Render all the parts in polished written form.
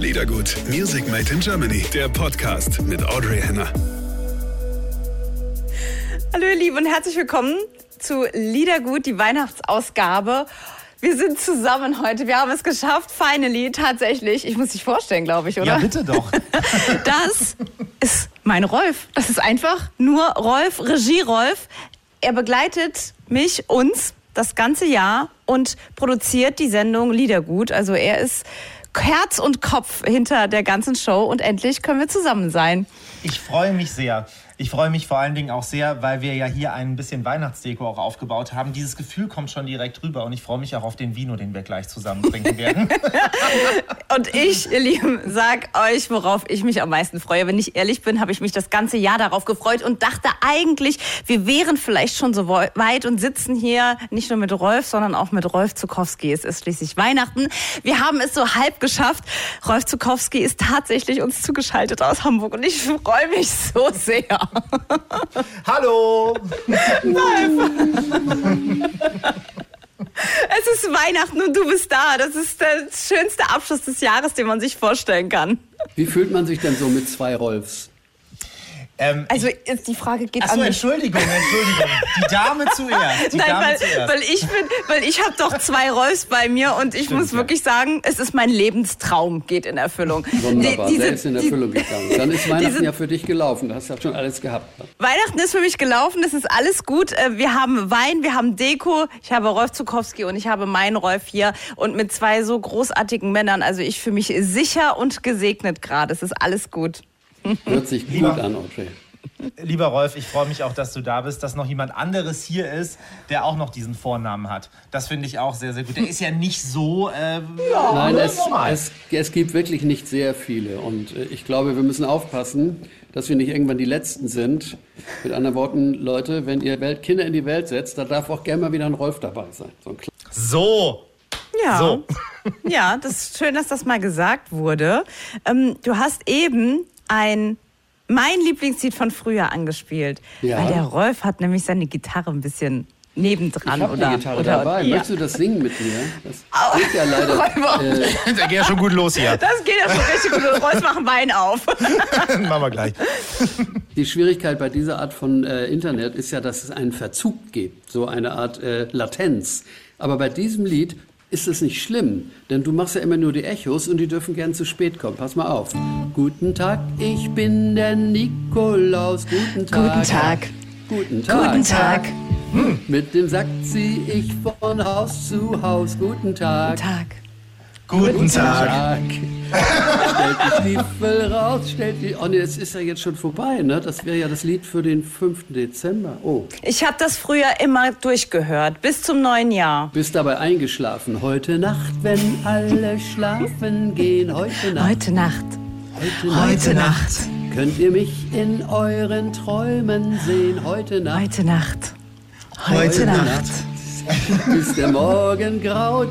Liedergut, Music Made in Germany, der Podcast mit Audrey Henner. Hallo ihr Lieben und herzlich willkommen zu Liedergut, die Weihnachtsausgabe. Wir sind zusammen heute, wir haben es geschafft, finally, tatsächlich. Ich muss dich vorstellen, glaube ich, oder? Ja, bitte doch. Das ist mein Rolf. Das ist einfach nur Rolf, Regie-Rolf. Er begleitet uns das ganze Jahr und produziert die Sendung Liedergut. Also er ist Herz und Kopf hinter der ganzen Show und endlich können wir zusammen sein. Ich freue mich sehr. Ich freue mich vor allen Dingen auch sehr, weil wir ja hier ein bisschen Weihnachtsdeko auch aufgebaut haben. Dieses Gefühl kommt schon direkt rüber und ich freue mich auch auf den Vino, den wir gleich zusammen trinken werden. Und ich, ihr Lieben, sag euch, worauf ich mich am meisten freue. Wenn ich ehrlich bin, habe ich mich das ganze Jahr darauf gefreut und dachte eigentlich, wir wären vielleicht schon so weit und sitzen hier nicht nur mit Rolf, sondern auch mit Rolf Zuckowski. Es ist schließlich Weihnachten. Wir haben es so halb geschafft. Rolf Zuckowski ist tatsächlich uns zugeschaltet aus Hamburg und ich freue mich so sehr. Hallo! Es ist Weihnachten und du bist da. Das ist der schönste Abschluss des Jahres, den man sich vorstellen kann. Wie fühlt man sich denn so mit zwei Rolfs? Also die Frage geht an mich. Entschuldigung. Die Dame zuerst. Nein, weil ich habe doch zwei Rolfs bei mir und ich muss wirklich sagen, es ist mein Lebenstraum, geht in Erfüllung. Wunderbar, der ist in Erfüllung gegangen. Dann ist Weihnachten ja für dich gelaufen, du hast ja schon alles gehabt. Weihnachten ist für mich gelaufen, das ist alles gut. Wir haben Wein, wir haben Deko, ich habe Rolf Zuckowski und ich habe meinen Rolf hier und mit zwei so großartigen Männern, also ich fühle mich sicher und gesegnet gerade, es ist alles gut. Hört sich gut an, Audrey. Lieber Rolf, ich freue mich auch, dass du da bist, dass noch jemand anderes hier ist, der auch noch diesen Vornamen hat. Das finde ich auch sehr, sehr gut. Der ist ja nicht so... Nein, es gibt wirklich nicht sehr viele. Und ich glaube, wir müssen aufpassen, dass wir nicht irgendwann die Letzten sind. Mit anderen Worten, Leute, wenn ihr Kinder in die Welt setzt, da darf auch gerne mal wieder ein Rolf dabei sein. So! Ja. So. Ja, das ist schön, dass das mal gesagt wurde. Du hast eben mein Lieblingslied von früher angespielt. Ja. Weil der Rolf hat nämlich seine Gitarre ein bisschen nebendran. Ich habe die Gitarre dabei. Ja. Möchtest du das singen mit mir? Das geht ja leider... Da geht ja schon gut los hier. Das geht ja schon richtig gut. Rolf, mach ein Bein auf. Machen wir gleich. Die Schwierigkeit bei dieser Art von Internet ist ja, dass es einen Verzug gibt. So eine Art Latenz. Aber bei diesem Lied ist es nicht schlimm, denn du machst ja immer nur die Echos und die dürfen gern zu spät kommen. Pass mal auf. Guten Tag, ich bin der Nikolaus. Guten Tag. Guten Tag. Guten Tag. Guten Tag. Mit dem Sack zieh ich von Haus zu Haus. Guten Tag. Guten Tag. Guten Tag. Stellt die Stiefel raus, Oh ne, es ist ja jetzt schon vorbei, ne? Das wäre ja das Lied für den 5. Dezember. Oh. Ich habe das früher immer durchgehört, bis zum neuen Jahr. Bist dabei eingeschlafen. Heute Nacht, wenn alle schlafen gehen. Heute Nacht. Heute Nacht. Heute Nacht. Könnt ihr mich in euren Träumen sehen. Heute Nacht. Heute Nacht. Heute Nacht. Bis der Morgen graut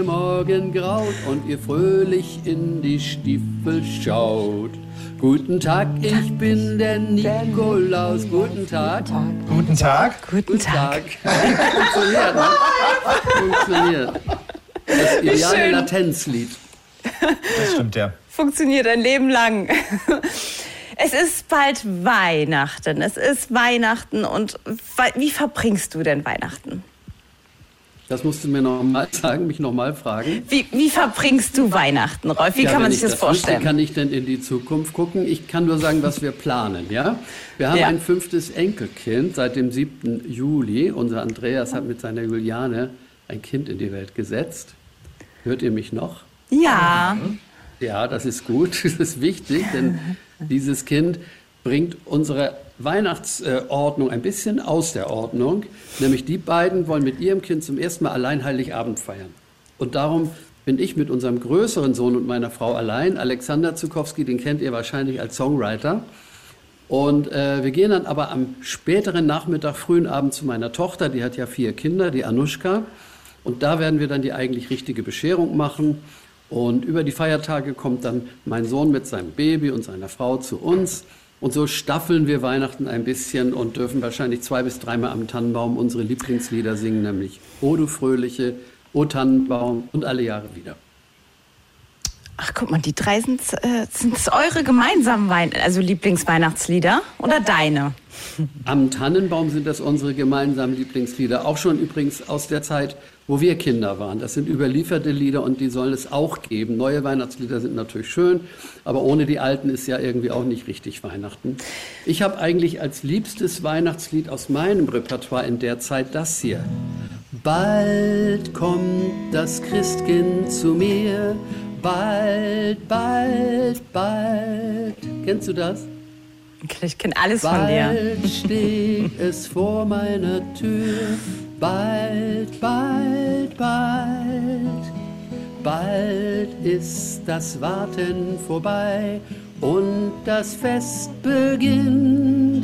und ihr fröhlich in die Stiefel schaut. Guten Tag, ich bin der Nikolaus. Guten Tag. Guten Tag. Guten Tag. Funktioniert, ne? Funktioniert. Das ideale schön. Latenzlied. Das stimmt, ja. Funktioniert ein Leben lang. Es ist bald Weihnachten. Es ist Weihnachten und wie verbringst du denn Weihnachten? Das musst du mir nochmal sagen, mich nochmal fragen. Wie verbringst du Weihnachten, Rolf? Wie kann man sich das vorstellen? Wie kann ich denn in die Zukunft gucken? Ich kann nur sagen, was wir planen. Ja? Wir haben ein 5. Enkelkind seit dem 7. Juli. Unser Andreas hat mit seiner Juliane ein Kind in die Welt gesetzt. Hört ihr mich noch? Ja. Ja, das ist gut, das ist wichtig, denn dieses Kind bringt unsere Weihnachtsordnung ein bisschen aus der Ordnung. Nämlich die beiden wollen mit ihrem Kind zum ersten Mal allein Heiligabend feiern. Und darum bin ich mit unserem größeren Sohn und meiner Frau allein. Alexander Zuckowski, den kennt ihr wahrscheinlich als Songwriter. Und wir gehen dann aber am späteren Nachmittag, frühen Abend zu meiner Tochter. Die hat ja 4 Kinder, die Anushka. Und da werden wir dann die eigentlich richtige Bescherung machen. Und über die Feiertage kommt dann mein Sohn mit seinem Baby und seiner Frau zu uns. Und so staffeln wir Weihnachten ein bisschen und dürfen wahrscheinlich 2- bis 3-mal am Tannenbaum unsere Lieblingslieder singen, nämlich O du Fröhliche, O Tannenbaum und Alle Jahre wieder. Ach, guck mal, die 3 sind es eure gemeinsamen Lieblingsweihnachtslieder oder deine? Am Tannenbaum sind das unsere gemeinsamen Lieblingslieder. Auch schon übrigens aus der Zeit, wo wir Kinder waren. Das sind überlieferte Lieder und die sollen es auch geben. Neue Weihnachtslieder sind natürlich schön, aber ohne die alten ist ja irgendwie auch nicht richtig Weihnachten. Ich habe eigentlich als liebstes Weihnachtslied aus meinem Repertoire in der Zeit das hier. Bald kommt das Christkind zu mir, bald, bald, bald. Kennst du das? Ich kenne alles von dir. Bald steht es vor meiner Tür, bald, bald, bald. Bald ist das Warten vorbei und das Fest beginnt.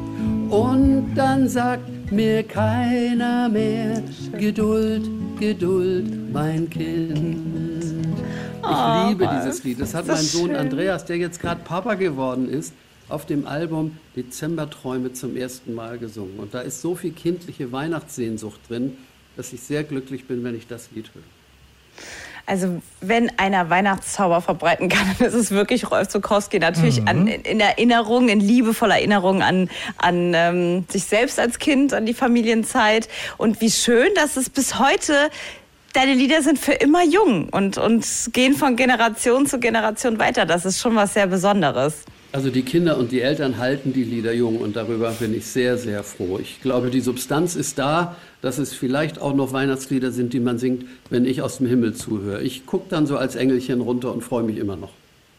Und dann sagt mir keiner mehr, Geduld, Geduld, mein Kind. Ich liebe dieses Lied. Das hat mein Sohn Andreas, der jetzt gerade Papa geworden ist, auf dem Album Dezemberträume zum ersten Mal gesungen. Und da ist so viel kindliche Weihnachtssehnsucht drin, dass ich sehr glücklich bin, wenn ich das Lied höre. Also wenn einer Weihnachtszauber verbreiten kann, dann ist es wirklich Rolf Zuckowski. Natürlich in Erinnerung, in liebevoller Erinnerung an sich selbst als Kind, an die Familienzeit. Und wie schön, dass es bis heute, deine Lieder sind für immer jung und gehen von Generation zu Generation weiter. Das ist schon was sehr Besonderes. Also die Kinder und die Eltern halten die Lieder jung und darüber bin ich sehr, sehr froh. Ich glaube, die Substanz ist da, dass es vielleicht auch noch Weihnachtslieder sind, die man singt, wenn ich aus dem Himmel zuhöre. Ich gucke dann so als Engelchen runter und freue mich immer noch.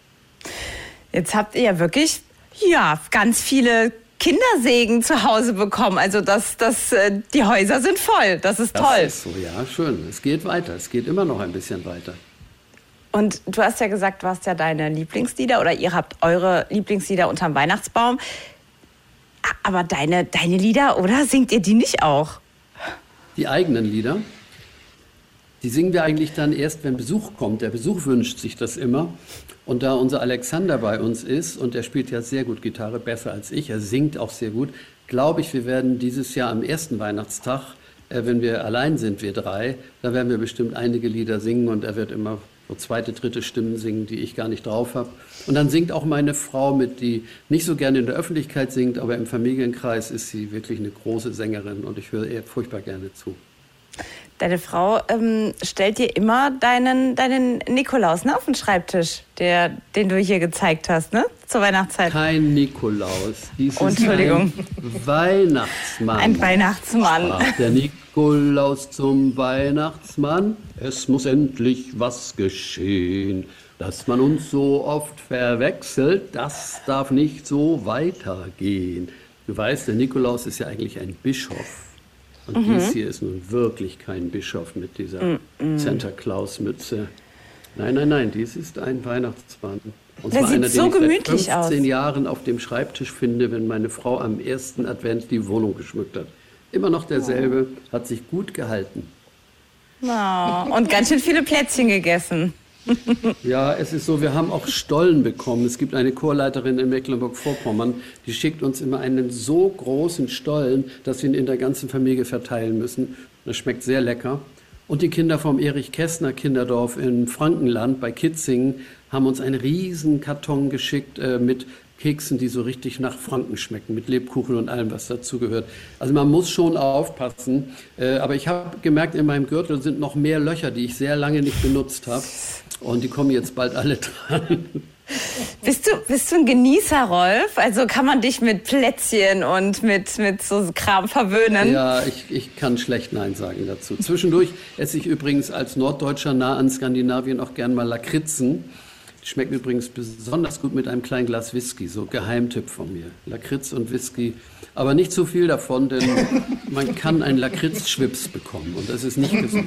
Jetzt habt ihr ja wirklich ganz viele Kindersegen zu Hause bekommen. Also die Häuser sind voll. Das ist toll. Das ist so, ja, schön. Es geht weiter. Es geht immer noch ein bisschen weiter. Und du hast ja gesagt, du hast ja deine Lieblingslieder oder ihr habt eure Lieblingslieder unterm Weihnachtsbaum. Aber deine Lieder, oder? Singt ihr die nicht auch? Die eigenen Lieder, die singen wir eigentlich dann erst, wenn Besuch kommt. Der Besuch wünscht sich das immer. Und da unser Alexander bei uns ist, und er spielt ja sehr gut Gitarre, besser als ich, er singt auch sehr gut, glaube ich, wir werden dieses Jahr am ersten Weihnachtstag, wenn wir allein sind, wir 3, da werden wir bestimmt einige Lieder singen und er wird immer so zweite, dritte Stimmen singen, die ich gar nicht drauf habe. Und dann singt auch meine Frau mit, die nicht so gerne in der Öffentlichkeit singt, aber im Familienkreis ist sie wirklich eine große Sängerin und ich höre ihr furchtbar gerne zu. Deine Frau stellt dir immer deinen Nikolaus, ne, auf den Schreibtisch, den du hier gezeigt hast, ne, zur Weihnachtszeit. Kein Nikolaus, dies ist Entschuldigung. Ein Weihnachtsmann. Ein Weihnachtsmann. Sprach der Nikolaus zum Weihnachtsmann, es muss endlich was geschehen. Dass man uns so oft verwechselt, das darf nicht so weitergehen. Du weißt, der Nikolaus ist ja eigentlich ein Bischof. Und dies hier ist nun wirklich kein Bischof mit dieser Santa Claus-Mütze. Nein, dies ist ein Weihnachtsmann. Und zwar einer, so den ich gemütlich seit 15 Jahren auf dem Schreibtisch finde, wenn meine Frau am ersten Advent die Wohnung geschmückt hat. Immer noch derselbe, hat sich gut gehalten. Oh, und ganz schön viele Plätzchen gegessen. Ja, es ist so, wir haben auch Stollen bekommen. Es gibt eine Chorleiterin in Mecklenburg-Vorpommern, die schickt uns immer einen so großen Stollen, dass wir ihn in der ganzen Familie verteilen müssen. Das schmeckt sehr lecker. Und die Kinder vom Erich-Kästner-Kinderdorf in Frankenland bei Kitzingen haben uns einen riesen Karton geschickt mit Keksen, die so richtig nach Franken schmecken, mit Lebkuchen und allem, was dazugehört. Also man muss schon aufpassen. Aber ich habe gemerkt, in meinem Gürtel sind noch mehr Löcher, die ich sehr lange nicht benutzt habe. Und die kommen jetzt bald alle dran. Bist du ein Genießer, Rolf? Also kann man dich mit Plätzchen und mit so Kram verwöhnen? Ja, ich kann schlecht Nein sagen dazu. Zwischendurch esse ich übrigens als Norddeutscher nah an Skandinavien auch gern mal Lakritzen. Die schmecken übrigens besonders gut mit einem kleinen Glas Whisky, so Geheimtipp von mir. Lakritz und Whisky, aber nicht zu viel davon, denn man kann einen Lakritz-Schwips bekommen und das ist nicht gesund.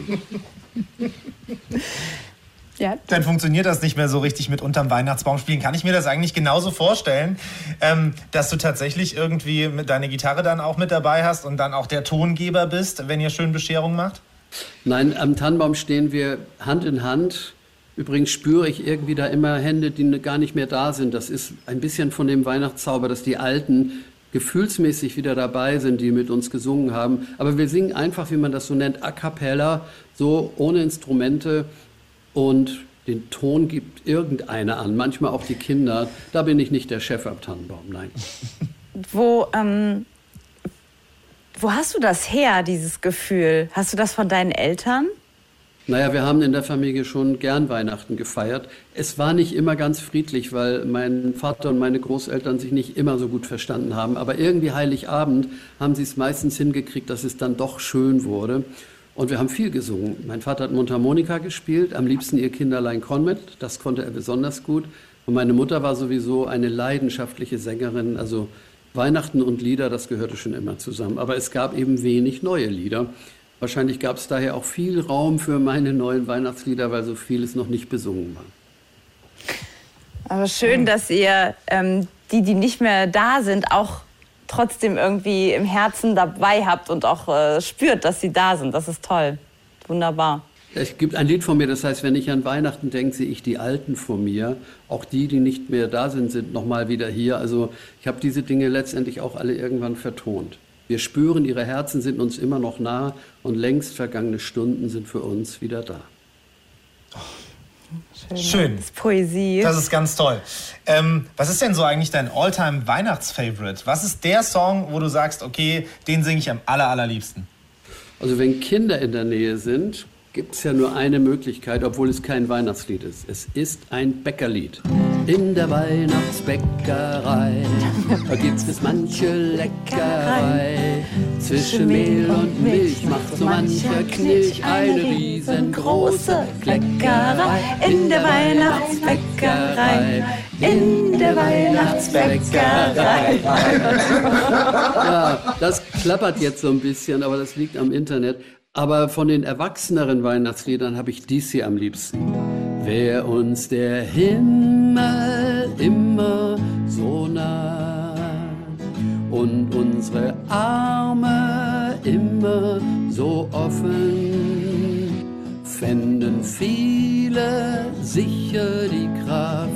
Ja. Dann funktioniert das nicht mehr so richtig mit unterm Weihnachtsbaum spielen. Kann ich mir das eigentlich genauso vorstellen, dass du tatsächlich irgendwie deine Gitarre dann auch mit dabei hast und dann auch der Tongeber bist, wenn ihr schön Bescherung macht? Nein, am Tannenbaum stehen wir Hand in Hand. Übrigens spüre ich irgendwie da immer Hände, die gar nicht mehr da sind. Das ist ein bisschen von dem Weihnachtszauber, dass die Alten gefühlsmäßig wieder dabei sind, die mit uns gesungen haben. Aber wir singen einfach, wie man das so nennt, a cappella, so ohne Instrumente. Und Den Ton gibt irgendeiner an, manchmal auch die Kinder. Da bin ich nicht der Chef am Tannenbaum, nein. Wo hast du das her, dieses Gefühl? Hast du das von deinen Eltern? Naja, wir haben in der Familie schon gern Weihnachten gefeiert. Es war nicht immer ganz friedlich, weil mein Vater und meine Großeltern sich nicht immer so gut verstanden haben. Aber irgendwie Heiligabend haben sie es meistens hingekriegt, dass es dann doch schön wurde. Und wir haben viel gesungen. Mein Vater hat Mundharmonika gespielt, am liebsten ihr Kinderlein Konmet. Das konnte er besonders gut. Und meine Mutter war sowieso eine leidenschaftliche Sängerin. Also Weihnachten und Lieder, das gehörte schon immer zusammen. Aber es gab eben wenig neue Lieder. Wahrscheinlich gab es daher auch viel Raum für meine neuen Weihnachtslieder, weil so vieles noch nicht besungen war. Aber schön, dass ihr die nicht mehr da sind, auch trotzdem irgendwie im Herzen dabei habt und auch spürt, dass sie da sind. Das ist toll. Wunderbar. Es gibt ein Lied von mir, das heißt, wenn ich an Weihnachten denke, sehe ich die Alten vor mir. Auch die nicht mehr da sind, sind noch mal wieder hier. Also ich habe diese Dinge letztendlich auch alle irgendwann vertont. Wir spüren, ihre Herzen sind uns immer noch nah und längst vergangene Stunden sind für uns wieder da. Schön. Das ist Poesie. Das ist ganz toll. Was ist denn so eigentlich dein All-Time-Weihnachts-Favorite? Was ist der Song, wo du sagst, okay, den singe ich am allerliebsten? Also wenn Kinder in der Nähe sind, gibt es ja nur eine Möglichkeit, obwohl es kein Weihnachtslied ist. Es ist ein Bäckerlied. In der Weihnachtsbäckerei, da gibt es manche Leckerei. Zwischen Mehl und Milch macht so mancher Knilch eine riesengroße Kleckerei. In der Weihnachtsbäckerei, in der Weihnachtsbäckerei. Ja, das klappert jetzt so ein bisschen, aber das liegt am Internet. Aber von den erwachseneren Weihnachtsliedern habe ich dies hier am liebsten. Wär uns der Himmel immer so nah und unsere Arme immer so offen, fänden viele sicher die Kraft,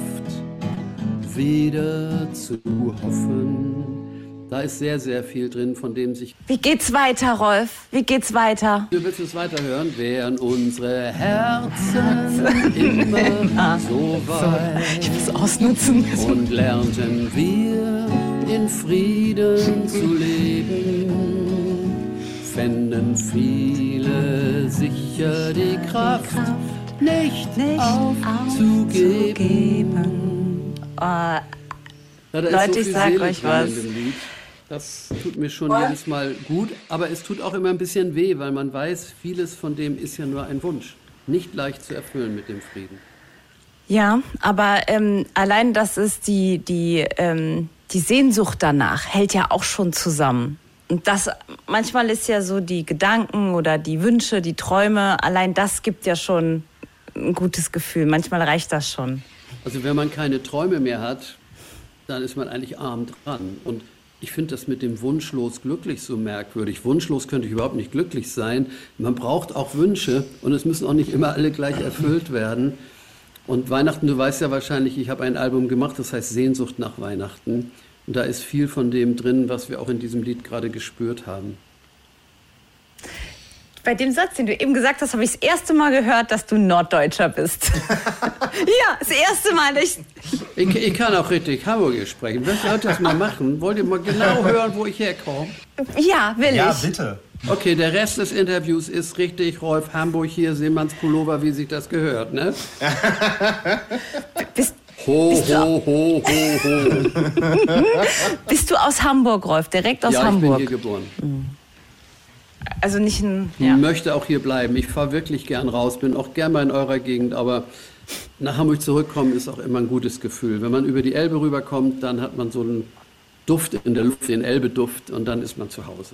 wieder zu hoffen. Da ist sehr, sehr viel drin, von dem sich... Wie geht's weiter, Rolf? Wie geht's weiter? Du willst es weiterhören? Wären unsere Herzen immer so weit. Ich muss ausnutzen. Und lernten wir in Frieden zu leben, fänden viele sicher die Kraft, nicht aufzugeben. Oh, Ja, da Leute, ist so ich viel sag Seele euch drin was. in dem Lied. Das tut mir schon jedes Mal gut, aber es tut auch immer ein bisschen weh, weil man weiß, vieles von dem ist ja nur ein Wunsch. Nicht leicht zu erfüllen mit dem Frieden. Ja, aber allein das ist die Sehnsucht danach hält ja auch schon zusammen. Und das manchmal ist ja so die Gedanken oder die Wünsche, die Träume, allein das gibt ja schon ein gutes Gefühl. Manchmal reicht das schon. Also wenn man keine Träume mehr hat, dann ist man eigentlich arm dran. Und ich finde das mit dem wunschlos glücklich so merkwürdig. Wunschlos könnte ich überhaupt nicht glücklich sein. Man braucht auch Wünsche und es müssen auch nicht immer alle gleich erfüllt werden. Und Weihnachten, du weißt ja wahrscheinlich, ich habe ein Album gemacht, das heißt Sehnsucht nach Weihnachten. Und da ist viel von dem drin, was wir auch in diesem Lied gerade gespürt haben. Bei dem Satz, den du eben gesagt hast, habe ich das erste Mal gehört, dass du Norddeutscher bist. Ja, das erste Mal. Ich kann auch richtig Hamburgisch sprechen. Willst du das mal machen? Wollt ihr mal genau hören, wo ich herkomme? Ja, will Ja, ich. bitte. Okay, der Rest des Interviews ist richtig, Rolf, Hamburg hier, Seemannspullover, wie sich das gehört, ne? Ho, ho, ho, ho, ho. Bist du aus Hamburg, Rolf? Direkt aus Hamburg? Ja, ich bin hier geboren. Also nicht ein... Ich Ja. möchte auch hier bleiben. Ich fahre wirklich gern raus, bin auch gern mal in eurer Gegend, aber nach Hamburg zurückkommen ist auch immer ein gutes Gefühl. Wenn man über die Elbe rüberkommt, dann hat man so einen Duft in der Luft, den Elbe-Duft, und dann ist man zu Hause.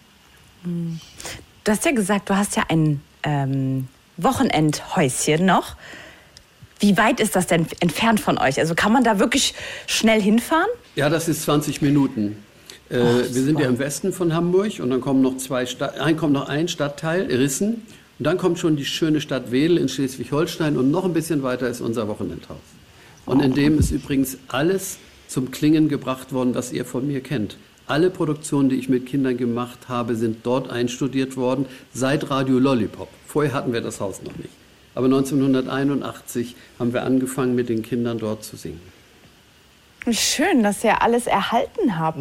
Du hast ja gesagt, du hast ja ein Wochenendhäuschen noch. Wie weit ist das denn entfernt von euch? Also kann man da wirklich schnell hinfahren? Ja, das ist 20 Minuten. Wir sind ja im Westen von Hamburg und dann kommen noch ein Stadtteil, Rissen. Und dann kommt schon die schöne Stadt Wedel in Schleswig-Holstein und noch ein bisschen weiter ist unser Wochenendhaus. Und in dem ist übrigens alles zum Klingen gebracht worden, was ihr von mir kennt. Alle Produktionen, die ich mit Kindern gemacht habe, sind dort einstudiert worden, seit Radio Lollipop. Vorher hatten wir das Haus noch nicht. Aber 1981 haben wir angefangen, mit den Kindern dort zu singen. Wie schön, dass ihr alles erhalten habt.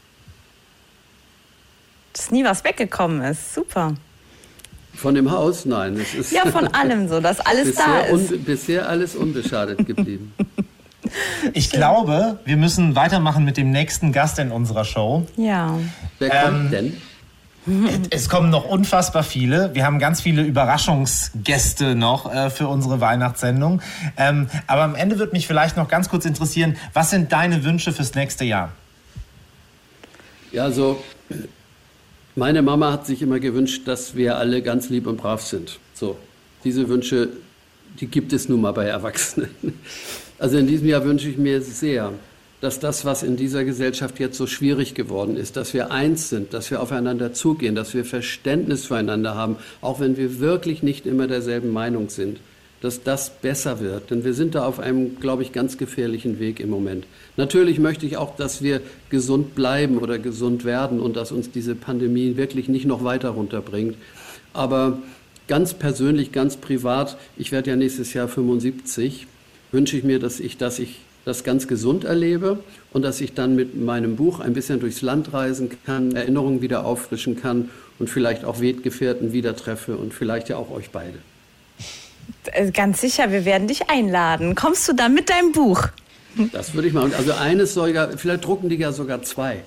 Dass nie was weggekommen ist. Super. Von dem Haus? Nein. Es ist Ja, von allem so, dass alles da ist. Bisher alles unbeschadet geblieben. Ich glaube, wir müssen weitermachen mit dem nächsten Gast in unserer Show. Ja. Wer kommt denn? Es kommen noch unfassbar viele. Wir haben ganz viele Überraschungsgäste noch für unsere Weihnachtssendung. Aber am Ende würde mich vielleicht noch ganz kurz interessieren, was sind deine Wünsche fürs nächste Jahr? Ja, so, meine Mama hat sich immer gewünscht, dass wir alle ganz lieb und brav sind. So, diese Wünsche, die gibt es nun mal bei Erwachsenen. Also in diesem Jahr wünsche ich mir sehr, dass das, was in dieser Gesellschaft jetzt so schwierig geworden ist, dass wir eins sind, dass wir aufeinander zugehen, dass wir Verständnis füreinander haben, auch wenn wir wirklich nicht immer derselben Meinung sind, dass das besser wird. Denn wir sind da auf einem, glaube ich, ganz gefährlichen Weg im Moment. Natürlich möchte ich auch, dass wir gesund bleiben oder gesund werden und dass uns diese Pandemie wirklich nicht noch weiter runterbringt. Aber ganz persönlich, ganz privat, ich werde ja nächstes Jahr 75, wünsche ich mir, dass ich das ganz gesund erlebe und dass ich dann mit meinem Buch ein bisschen durchs Land reisen kann, Erinnerungen wieder auffrischen kann und vielleicht auch Weggefährten wieder treffe und vielleicht ja auch euch beide. Ganz sicher, wir werden dich einladen. Kommst du dann mit deinem Buch? Das würde ich machen. Also eines soll ja, vielleicht drucken die ja sogar 2.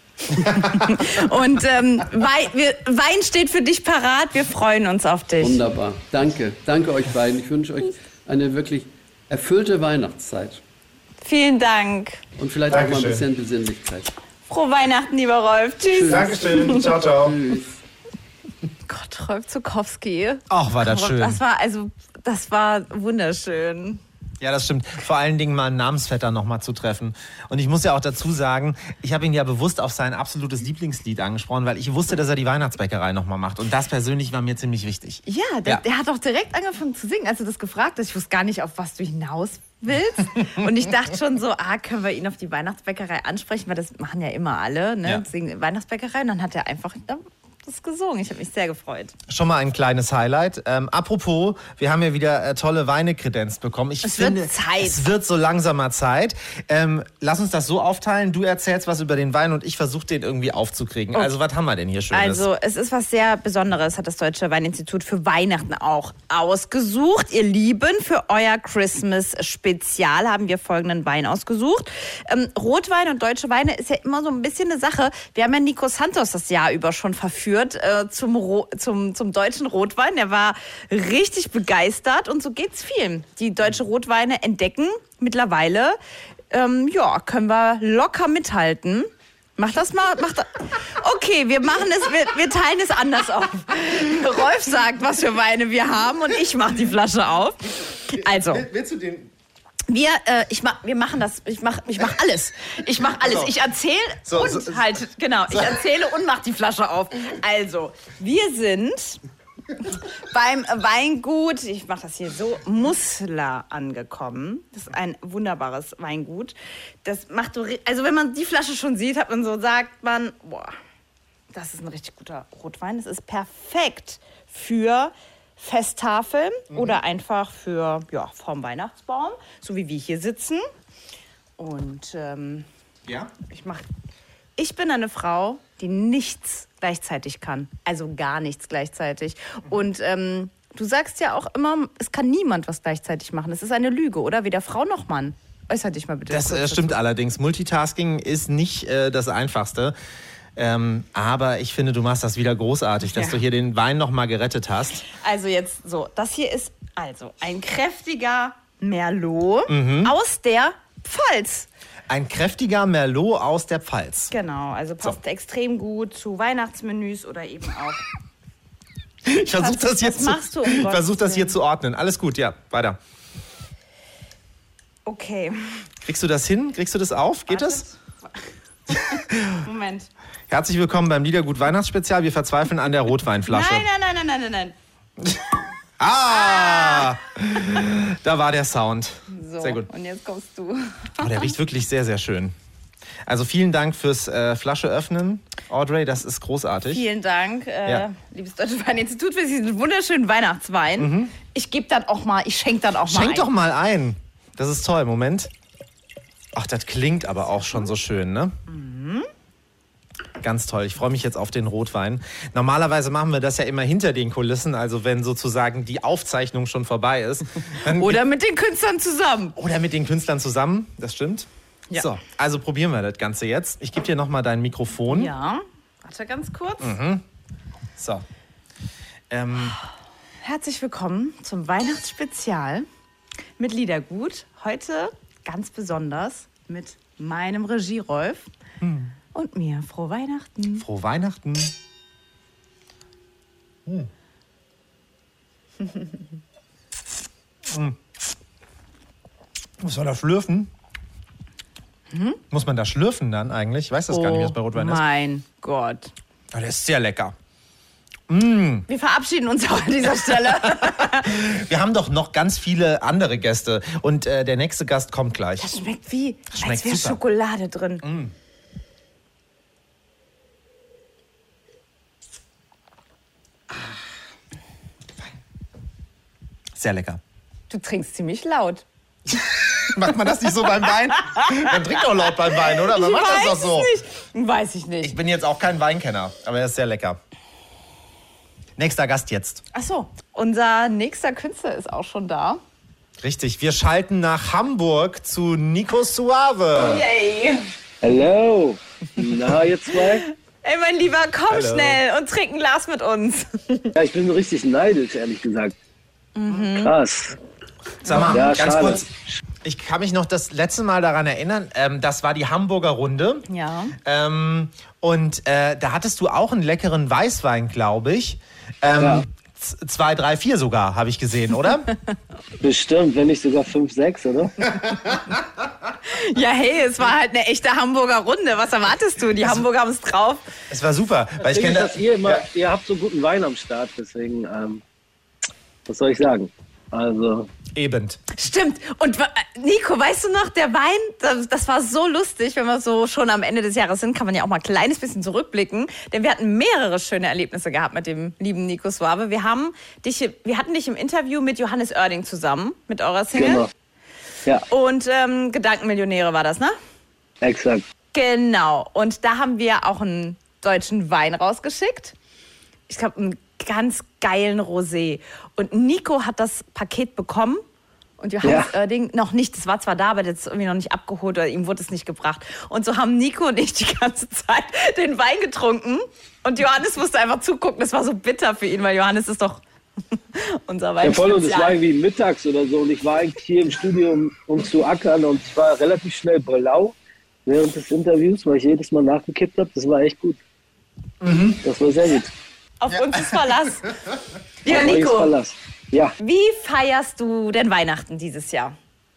Und Wein steht für dich parat. Wir freuen uns auf dich. Wunderbar. Danke. Danke euch beiden. Ich wünsche euch eine wirklich erfüllte Weihnachtszeit. Vielen Dank. Und vielleicht auch mal ein bisschen Besinnlichkeit. Frohe Weihnachten, lieber Rolf. Tschüss. Dankeschön. Ciao, ciao. Tschüss. Gott, Rolf Zukowski. Ach, war das schön. Das war wunderschön. Ja, das stimmt. Vor allen Dingen mal einen Namensvetter noch mal zu treffen. Und ich muss ja auch dazu sagen, ich habe ihn ja bewusst auf sein absolutes Lieblingslied angesprochen, weil ich wusste, dass er die Weihnachtsbäckerei noch mal macht. Und das persönlich war mir ziemlich wichtig. Ja, der hat auch direkt angefangen zu singen, als du das gefragt hast. Ich wusste gar nicht, auf was du hinaus willst. Und ich dachte schon so, können wir ihn auf die Weihnachtsbäckerei ansprechen, weil das machen ja immer alle, ne? Ja. Singen Weihnachtsbäckerei. Und dann hat er einfach das gesungen. Ich habe mich sehr gefreut. Schon mal ein kleines Highlight. Apropos, wir haben ja wieder tolle Weine kredenzt bekommen. Ich finde, es wird so langsam mal Zeit. Lass uns das so aufteilen. Du erzählst was über den Wein und ich versuche den irgendwie aufzukriegen. Okay. Also was haben wir denn hier Schönes? Also es ist was sehr Besonderes, hat das Deutsche Weininstitut für Weihnachten auch ausgesucht. Ihr Lieben, für euer Christmas-Spezial haben wir folgenden Wein ausgesucht. Rotwein und deutsche Weine ist ja immer so ein bisschen eine Sache. Wir haben ja Nico Santos das Jahr über schon verführt zum deutschen Rotwein. Der war richtig begeistert und so geht's vielen. Die deutsche Rotweine entdecken mittlerweile. Können wir locker mithalten. Mach das mal. Okay, wir machen es. Wir teilen es anders auf. Rolf sagt, was für Weine wir haben und ich mache die Flasche auf. Also. Willst du den? Ich mache alles. Ich mache alles. Ich erzähle Ich erzähle und mache die Flasche auf. Also, wir sind beim Weingut, ich mache das hier so, Musla angekommen. Das ist ein wunderbares Weingut. Das macht also wenn man die Flasche schon sieht, sagt man, das ist ein richtig guter Rotwein. Das ist perfekt für Festtafeln oder einfach für vorm Weihnachtsbaum, so wie wir hier sitzen. Und ich bin eine Frau, die nichts gleichzeitig kann, also gar nichts gleichzeitig. Und du sagst ja auch immer, es kann niemand was gleichzeitig machen. Das ist eine Lüge, oder? Weder Frau noch Mann. Äußer dich mal bitte. Das stimmt allerdings. Multitasking ist nicht das Einfachste. Aber ich finde, du machst das wieder großartig, dass du hier den Wein noch mal gerettet hast. Also jetzt so, das hier ist also ein kräftiger Merlot aus der Pfalz. Ein kräftiger Merlot aus der Pfalz. Genau, also passt extrem gut zu Weihnachtsmenüs oder eben auch. Ich versuche das hier zu ordnen. Alles gut, ja, weiter. Okay. Kriegst du das hin? Kriegst du das auf? Geht das? Moment. Herzlich willkommen beim Liedergut Weihnachtsspezial. Wir verzweifeln an der Rotweinflasche. Nein. Da war der Sound. So, sehr gut. Und jetzt kommst du. Der riecht wirklich sehr, sehr schön. Also vielen Dank fürs Flasche öffnen. Audrey, das ist großartig. Vielen Dank, liebes Deutsche Weininstitut, für diesen wunderschönen Weihnachtswein. Ich schenke dann auch mal ein. Schenk doch mal ein. Das ist toll. Moment. Ach, das klingt aber auch schon so schön, ne? Ganz toll. Ich freue mich jetzt auf den Rotwein. Normalerweise machen wir das ja immer hinter den Kulissen, also wenn sozusagen die Aufzeichnung schon vorbei ist. Oder mit den Künstlern zusammen. Das stimmt. Ja. So, also probieren wir das Ganze jetzt. Ich gebe dir nochmal dein Mikrofon. Ja, warte ganz kurz. So. Herzlich willkommen zum Weihnachtsspezial mit Liedergut. Heute ganz besonders mit meinem Regie-Rolf und mir. Frohe Weihnachten. Frohe Weihnachten. Muss man da schlürfen? Muss man da schlürfen dann eigentlich? Ich weiß das gar nicht, was bei Rotwein ist. Mein Gott. Oh, der ist sehr lecker. Wir verabschieden uns auch an dieser Stelle. Wir haben doch noch ganz viele andere Gäste. Und der nächste Gast kommt gleich. Das schmeckt wie, Schmeckt als wäre super. Schokolade drin. Sehr lecker. Du trinkst ziemlich laut. Macht man das nicht so beim Wein? Man trinkt doch laut beim Wein, oder? Man macht das doch so. Weiß ich nicht. Ich bin jetzt auch kein Weinkenner, aber er ist sehr lecker. Nächster Gast jetzt. Ach so, unser nächster Künstler ist auch schon da. Richtig, wir schalten nach Hamburg zu Nico Suave. Yay. Hallo. Na, ihr zwei? Ey, mein Lieber, komm Hallo. schnell und trink ein Glas mit uns. Ja, ich bin richtig neidisch, ehrlich gesagt. Krass. Sag mal, Ja, ganz schade. kurz. Ich kann mich noch das letzte Mal daran erinnern, das war die Hamburger Runde. Ja. Und da hattest du auch einen leckeren Weißwein, glaube ich. Ja. 2, 3, 4 sogar, habe ich gesehen, oder? Bestimmt, wenn nicht sogar 5, 6, oder? Ja, hey, es war halt eine echte Hamburger Runde. Was erwartest du? Die Hamburger haben es drauf. Es war super, weil ich Ich kenne dass ihr immer, ihr habt so guten Wein am Start, deswegen, was soll ich sagen? Also, eben. Stimmt. Und Nico, weißt du noch, der Wein, das war so lustig, wenn wir so schon am Ende des Jahres sind, kann man ja auch mal ein kleines bisschen zurückblicken. Denn wir hatten mehrere schöne Erlebnisse gehabt mit dem lieben Nico Suave. Wir hatten dich im Interview mit Johannes Oerding zusammen, mit eurer Single. genau. Ja, Und Gedankenmillionäre war das, ne? exakt. Genau. Und da haben wir auch einen deutschen Wein rausgeschickt. Ich glaube, einen ganz geilen Rosé. Und Nico hat das Paket bekommen und Johannes Oerding noch nicht. Das war zwar da, aber das ist irgendwie noch nicht abgeholt oder ihm wurde es nicht gebracht. Und so haben Nico und ich die ganze Zeit den Wein getrunken und Johannes musste einfach zugucken. Das war so bitter für ihn, weil Johannes ist doch unser Wein. Ja, voll, und es war irgendwie mittags oder so und ich war eigentlich hier im Studio, um zu ackern und ich war relativ schnell blau während des Interviews, weil ich jedes Mal nachgekippt habe. Das war echt gut. Das war sehr gut. Auf uns ist Verlass. Lieber Auf euch ist Nico, Verlass. Ja, wie feierst du denn Weihnachten dieses Jahr?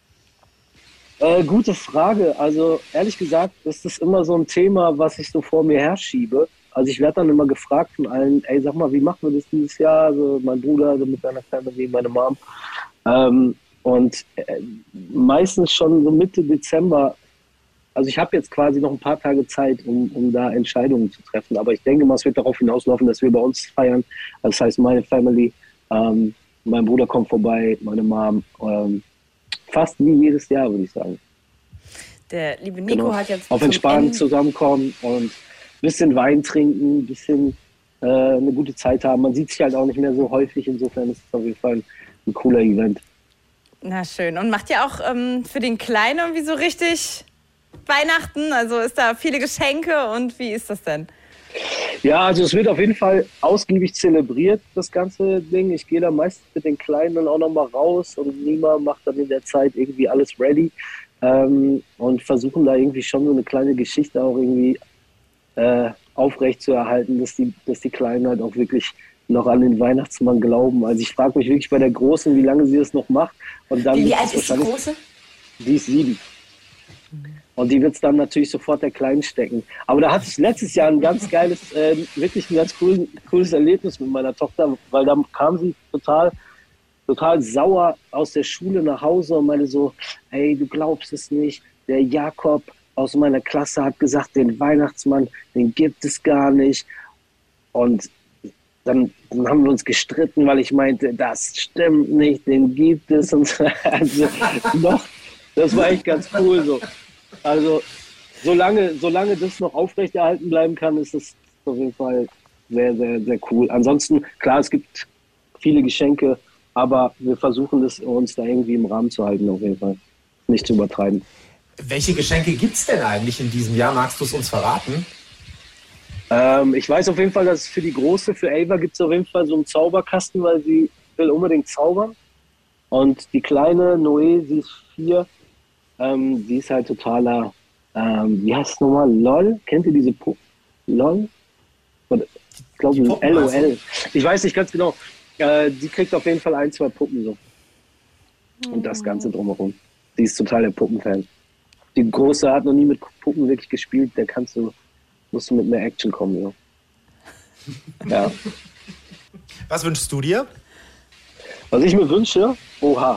gute Frage. Also ehrlich gesagt ist das immer so ein Thema, was ich so vor mir herschiebe. Also ich werde dann immer gefragt von allen, ey, sag mal, wie machen wir das dieses Jahr? Also mein Bruder also mit seiner Family, meine Mom. Und meistens schon so Mitte Dezember. Also ich habe jetzt quasi noch ein paar Tage Zeit, um da Entscheidungen zu treffen. Aber ich denke mal, es wird darauf hinauslaufen, dass wir bei uns feiern. Das heißt, meine Family, mein Bruder kommt vorbei, meine Mom. Fast wie jedes Jahr, würde ich sagen. Der liebe Nico hat jetzt auf zum entspannt Ende- zusammenkommen und ein bisschen Wein trinken, ein bisschen eine gute Zeit haben. Man sieht sich halt auch nicht mehr so häufig. Insofern ist es auf jeden Fall ein cooler Event. Na schön. Und macht ihr auch für den Kleinen irgendwie so richtig Weihnachten? Also ist da viele Geschenke und wie ist das denn? Ja, also es wird auf jeden Fall ausgiebig zelebriert, das ganze Ding. Ich gehe da meistens mit den Kleinen dann auch nochmal raus und Nima macht dann in der Zeit irgendwie alles ready und versuchen da irgendwie schon so eine kleine Geschichte auch irgendwie aufrecht zu erhalten, dass die Kleinen halt auch wirklich noch an den Weihnachtsmann glauben. Also ich frage mich wirklich bei der Großen, wie lange sie das noch macht. Und dann Wie wird alt es ist die wahrscheinlich- Große? Die ist 7. Und die wird es dann natürlich sofort der Kleinen stecken. Aber da hatte ich letztes Jahr ein ganz geiles, wirklich ein ganz cooles Erlebnis mit meiner Tochter, weil da kam sie total sauer aus der Schule nach Hause und meinte so, hey, du glaubst es nicht, der Jakob, aus meiner Klasse hat gesagt, den Weihnachtsmann, den gibt es gar nicht. Und dann haben wir uns gestritten, weil ich meinte, das stimmt nicht, den gibt es. Und also das war echt ganz cool so. Also solange das noch aufrechterhalten bleiben kann, ist das auf jeden Fall sehr, sehr, sehr cool. Ansonsten, klar, es gibt viele Geschenke, aber wir versuchen es uns da irgendwie im Rahmen zu halten, auf jeden Fall. Nicht zu übertreiben. Welche Geschenke gibt es denn eigentlich in diesem Jahr? Magst du es uns verraten? Ich weiß auf jeden Fall, dass für die Große, für Ava, gibt es auf jeden Fall so einen Zauberkasten, weil sie will unbedingt zaubern. Und die kleine Noé, sie ist 4, die ist halt totaler, wie heißt es nochmal, LOL? Kennt ihr diese Puppen? LOL? Oder, ich glaube, LOL. Ich weiß nicht ganz genau. Die kriegt auf jeden Fall 1, 2 Puppen so. Und das Ganze drumherum. Die ist total der Puppenfan. Die Große hat noch nie mit Puppen wirklich gespielt, musst du mit mehr Action kommen, ja. Ja. Was wünschst du dir? Was ich mir wünsche? Oha.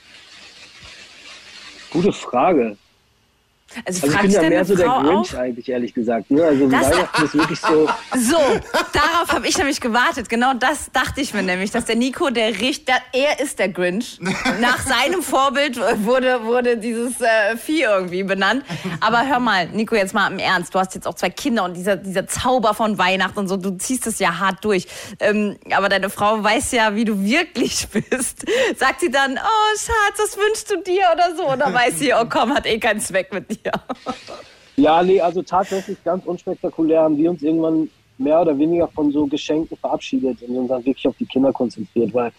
Gute Frage. Also ich bin ja mehr so der Grinch eigentlich, ehrlich gesagt. Ne? Also Weihnachten ist wirklich so... So, darauf habe ich nämlich gewartet. Genau das dachte ich mir nämlich, dass der Nico, er ist der Grinch. Nach seinem Vorbild wurde dieses Vieh irgendwie benannt. Aber hör mal, Nico, jetzt mal im Ernst. Du hast jetzt auch 2 Kinder und dieser Zauber von Weihnachten und so, du ziehst es ja hart durch. Aber deine Frau weiß ja, wie du wirklich bist. Sagt sie dann, oh Schatz, was wünschst du dir oder so? Oder weiß sie, oh komm, hat keinen Zweck mit dir. Ja, nee, also tatsächlich ganz unspektakulär haben wir uns irgendwann mehr oder weniger von so Geschenken verabschiedet und uns dann wirklich auf die Kinder konzentriert, weil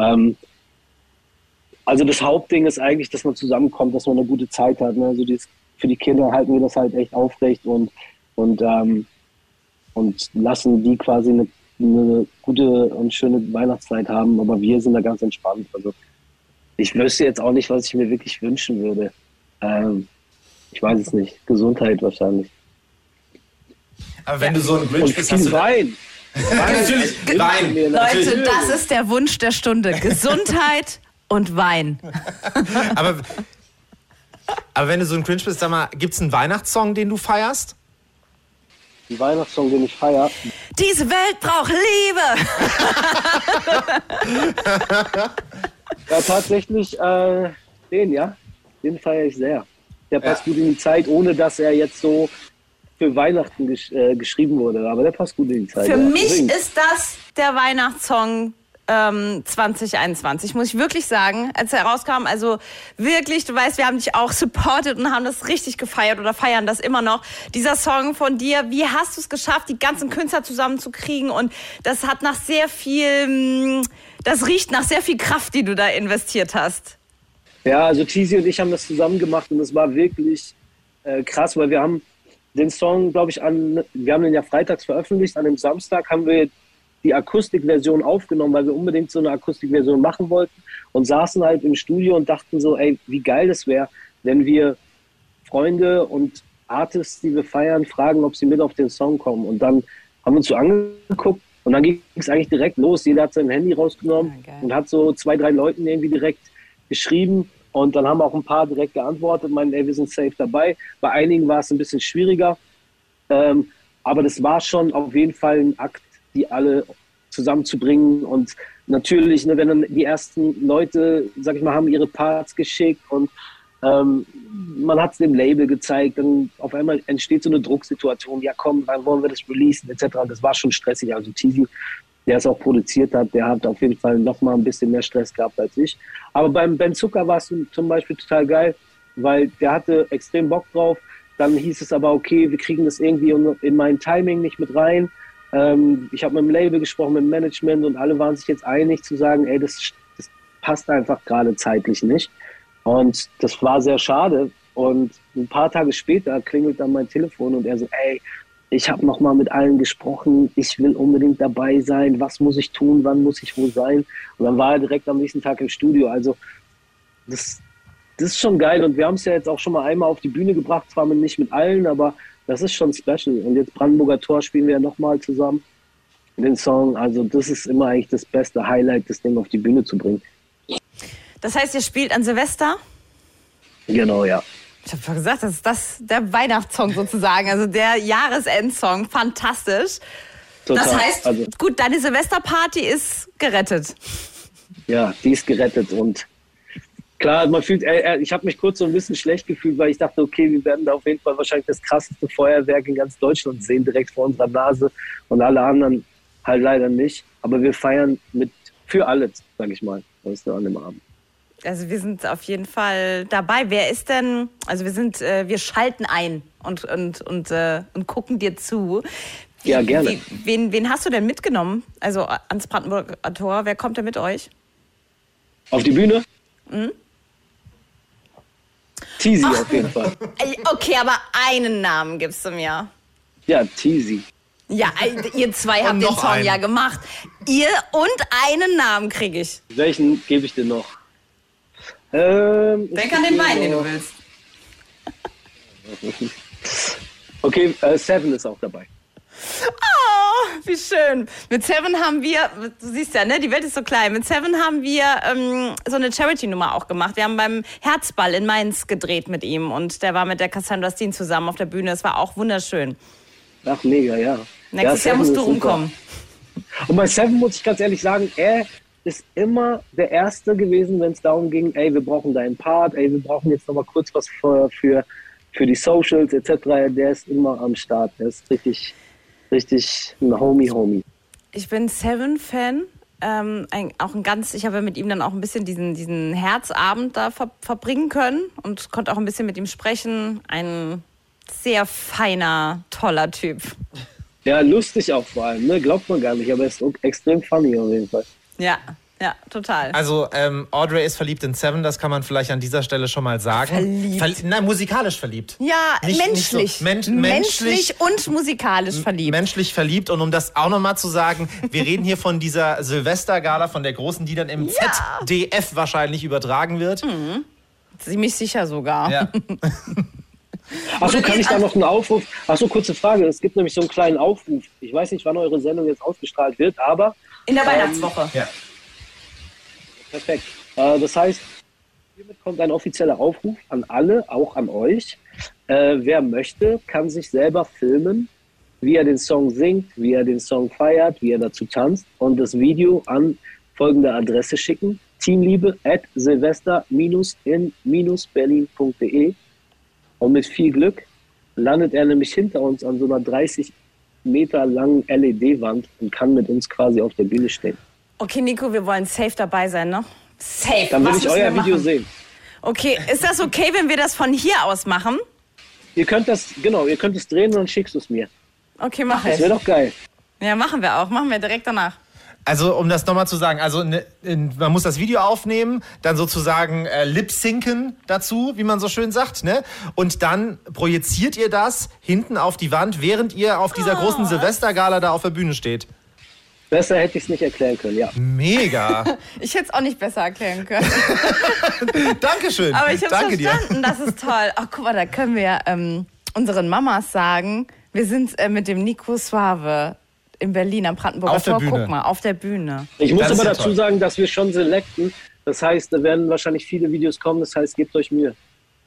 also das Hauptding ist eigentlich, dass man zusammenkommt, dass man eine gute Zeit hat. Ne? Also für die Kinder halten wir das halt echt aufrecht und lassen die quasi eine gute und schöne Weihnachtszeit haben, aber wir sind da ganz entspannt. Also ich wüsste jetzt auch nicht, was ich mir wirklich wünschen würde. Ich weiß es nicht. Gesundheit wahrscheinlich. Aber wenn du so ein Grinch bist, hast du... Wein. Natürlich, Wein. Leute, das ist der Wunsch der Stunde. Gesundheit und Wein. Aber wenn du so ein Grinch bist, sag mal, gibt's einen Weihnachtssong, den du feierst? Ein Weihnachtssong, den ich feiere. Diese Welt braucht Liebe. Ja, tatsächlich den feiere ich sehr. Der passt gut in die Zeit, ohne dass er jetzt so für Weihnachten geschrieben wurde. Aber der passt gut in die Zeit. Für mich ist das der Weihnachtssong 2021, muss ich wirklich sagen, als er rauskam. Also wirklich, du weißt, wir haben dich auch supportet und haben das richtig gefeiert oder feiern das immer noch. Dieser Song von dir, wie hast du es geschafft, die ganzen Künstler zusammenzukriegen? Und das hat das riecht nach sehr viel Kraft, die du da investiert hast. Ja, also Tizi und ich haben das zusammen gemacht und es war wirklich krass, weil wir haben den Song, glaube ich, wir haben den ja freitags veröffentlicht, an dem Samstag haben wir die Akustikversion aufgenommen, weil wir unbedingt so eine Akustikversion machen wollten und saßen halt im Studio und dachten so, ey, wie geil das wäre, wenn wir Freunde und Artists, die wir feiern, fragen, ob sie mit auf den Song kommen. Und dann haben wir uns so angeguckt und dann ging es eigentlich direkt los. Jeder hat sein Handy rausgenommen und hat so 2, 3 Leuten irgendwie direkt geschrieben und dann haben auch ein paar direkt geantwortet, meinen, ey, wir sind safe dabei. Bei einigen war es ein bisschen schwieriger, aber das war schon auf jeden Fall ein Akt, die alle zusammenzubringen und natürlich, ne, wenn dann die ersten Leute, sag ich mal, haben ihre Parts geschickt und man hat es dem Label gezeigt, dann auf einmal entsteht so eine Drucksituation, ja komm, wann wollen wir das releasen, etc. Das war schon stressig, also Tizi, der es auch produziert hat, der hat auf jeden Fall noch mal ein bisschen mehr Stress gehabt als ich. Aber beim Ben Zucker war es zum Beispiel total geil, weil der hatte extrem Bock drauf. Dann hieß es aber, okay, wir kriegen das irgendwie in mein Timing nicht mit rein. Ich habe mit dem Label gesprochen, mit dem Management und alle waren sich jetzt einig zu sagen, ey, das passt einfach gerade zeitlich nicht. Und das war sehr schade. Und ein paar Tage später klingelt dann mein Telefon und er so, ey, ich habe nochmal mit allen gesprochen, ich will unbedingt dabei sein, was muss ich tun, wann muss ich wo sein? Und dann war er direkt am nächsten Tag im Studio. Also das ist schon geil und wir haben es ja jetzt auch schon mal einmal auf die Bühne gebracht, zwar nicht mit allen, aber das ist schon special. Und jetzt Brandenburger Tor spielen wir ja nochmal zusammen den Song. Also das ist immer eigentlich das beste Highlight, das Ding auf die Bühne zu bringen. Das heißt, ihr spielt an Silvester? Genau, ja. Ich habe schon gesagt, das ist der Weihnachtssong sozusagen, also der Jahresendsong, fantastisch. Total. Das heißt, also, gut, deine Silvesterparty ist gerettet. ja, die ist gerettet und klar, man fühlt, ich habe mich kurz so ein bisschen schlecht gefühlt, weil ich dachte, okay, wir werden da auf jeden Fall wahrscheinlich das krasseste Feuerwerk in ganz Deutschland sehen, direkt vor unserer Nase und alle anderen halt leider nicht. Aber wir feiern für alle, sag ich mal, an dem Abend. Also wir sind auf jeden Fall dabei. Wer ist denn, also wir schalten ein und gucken dir zu. Ja, gerne. Wen hast du denn mitgenommen? Also ans Brandenburger Tor, wer kommt denn mit euch? Auf die Bühne? Teasy auf jeden Fall. Okay, aber einen Namen gibst du mir. Ja, Teasy. Ja, ihr zwei habt den noch Song einen. ja gemacht. Ihr und einen Namen kriege ich. Welchen gebe ich dir noch? Denk an den Wein, den du willst. Okay, Seven ist auch dabei. Oh, wie schön. Mit Seven haben wir, du siehst ja, ne, die Welt ist so klein. Mit Seven haben wir so eine Charity-Nummer auch gemacht. Wir haben beim Herzball in Mainz gedreht mit ihm und der war mit der Cassandra Steen zusammen auf der Bühne. Es war auch wunderschön. Ach, mega, ja. Nächstes Jahr Seven musst du ist super. rumkommen. Und bei Seven muss ich ganz ehrlich sagen, er ist immer der Erste gewesen, wenn es darum ging, ey, wir brauchen deinen Part, ey, wir brauchen jetzt nochmal kurz was für die Socials etc. Der ist immer am Start. Der ist richtig ein Homie. Ich bin Seven-Fan. Ich habe mit ihm dann auch ein bisschen diesen Herzabend da verbringen können und konnte auch ein bisschen mit ihm sprechen. Ein sehr feiner, toller Typ. Ja, lustig auch vor allem, ne? Glaubt man gar nicht, aber er ist extrem funny auf jeden Fall. Ja, total. Also Audrey ist verliebt in Seven, das kann man vielleicht an dieser Stelle schon mal sagen. Nein, musikalisch verliebt. Ja, menschlich. Nicht so, menschlich und musikalisch verliebt. Menschlich verliebt. Und um das auch nochmal zu sagen, wir reden hier von dieser Silvestergala, von der großen, die dann im ZDF wahrscheinlich übertragen wird. Ziemlich sicher sogar. Ja. Achso, kann ich da noch einen Aufruf? Achso, kurze Frage. Es gibt nämlich so einen kleinen Aufruf. Ich weiß nicht, wann eure Sendung jetzt ausgestrahlt wird, aber... In der Weihnachtswoche. Ja. Perfekt. Das heißt, hiermit kommt ein offizieller Aufruf an alle, auch an euch. Wer möchte, kann sich selber filmen, wie er den Song singt, wie er den Song feiert, wie er dazu tanzt und das Video an folgende Adresse schicken: teamliebe@silvester-in-berlin.de. Und mit viel Glück landet er nämlich hinter uns an so einer 30 Meter langen LED-Wand und kann mit uns quasi auf der Bühne stehen. Okay, Nico, wir wollen safe dabei sein, ne? Safe. Dann will Was ich müssen euer wir Video machen? sehen. Okay, ist das okay, wenn wir das von hier aus machen? Ihr könnt es drehen und dann schickst du es mir. Okay, mach Das ich. wäre doch geil. Ja, machen wir auch. Machen wir direkt danach. Also um das nochmal zu sagen, man muss das Video aufnehmen, dann sozusagen lip-synken dazu, wie man so schön sagt, ne? Und dann projiziert ihr das hinten auf die Wand, während ihr auf dieser großen Silvestergala da auf der Bühne steht. Besser hätte ich es nicht erklären können, ja. Mega. Ich hätte es auch nicht besser erklären können. Dankeschön. Aber ich habe Danke dir. verstanden, das ist toll. Ach, guck mal, da können wir ja unseren Mamas sagen, wir sind mit dem Nico Suave in Berlin am Brandenburger Auf der Tor. Bühne. Guck mal, auf der Bühne. Ich muss Das ist aber ja dazu toll. sagen, dass wir schon selecten. Das heißt, da werden wahrscheinlich viele Videos kommen. Das heißt, gebt euch Mühe.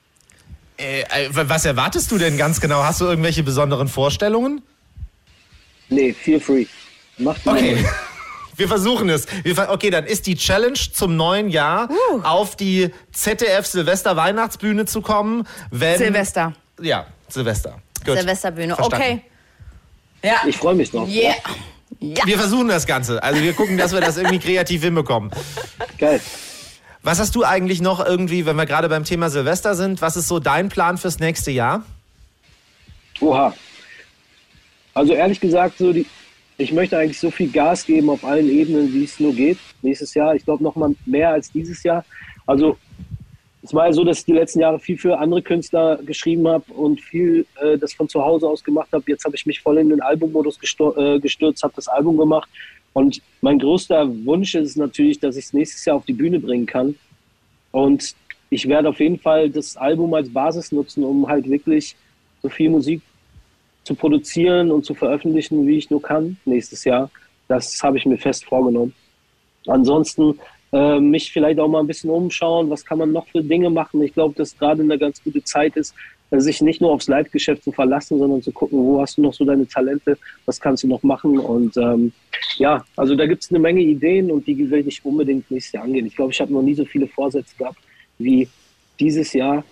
Was erwartest du denn ganz genau? Hast du irgendwelche besonderen Vorstellungen? Nee, feel free. Macht mal. Okay. Wir versuchen es. Okay, dann ist die Challenge zum neuen Jahr, auf die ZDF Silvester-Weihnachtsbühne zu kommen. Silvester. Ja, Silvester. Gut. Silvesterbühne. Verstanden. Okay. Ja. Ich freue mich drauf. Yeah. Ja. Wir versuchen das Ganze. Also wir gucken, dass wir das irgendwie kreativ hinbekommen. Geil. Was hast du eigentlich noch irgendwie, wenn wir gerade beim Thema Silvester sind, was ist so dein Plan fürs nächste Jahr? Oha. Also ehrlich gesagt, ich möchte eigentlich so viel Gas geben auf allen Ebenen, wie es nur geht. Nächstes Jahr, ich glaube noch mal mehr als dieses Jahr. Also es war ja so, dass ich die letzten Jahre viel für andere Künstler geschrieben habe und viel das von zu Hause aus gemacht habe. Jetzt habe ich mich voll in den Albummodus gestürzt, habe das Album gemacht. Und mein größter Wunsch ist natürlich, dass ich es nächstes Jahr auf die Bühne bringen kann. Und ich werde auf jeden Fall das Album als Basis nutzen, um halt wirklich so viel Musik zu produzieren und zu veröffentlichen, wie ich nur kann nächstes Jahr. Das habe ich mir fest vorgenommen. Ansonsten mich vielleicht auch mal ein bisschen umschauen, was kann man noch für Dinge machen. Ich glaube, dass gerade eine ganz gute Zeit ist, sich nicht nur aufs Live-Geschäft zu verlassen, sondern zu gucken, wo hast du noch so deine Talente, was kannst du noch machen. Und also da gibt es eine Menge Ideen und die will ich unbedingt nächstes Jahr angehen. Ich glaube, ich habe noch nie so viele Vorsätze gehabt wie dieses Jahr.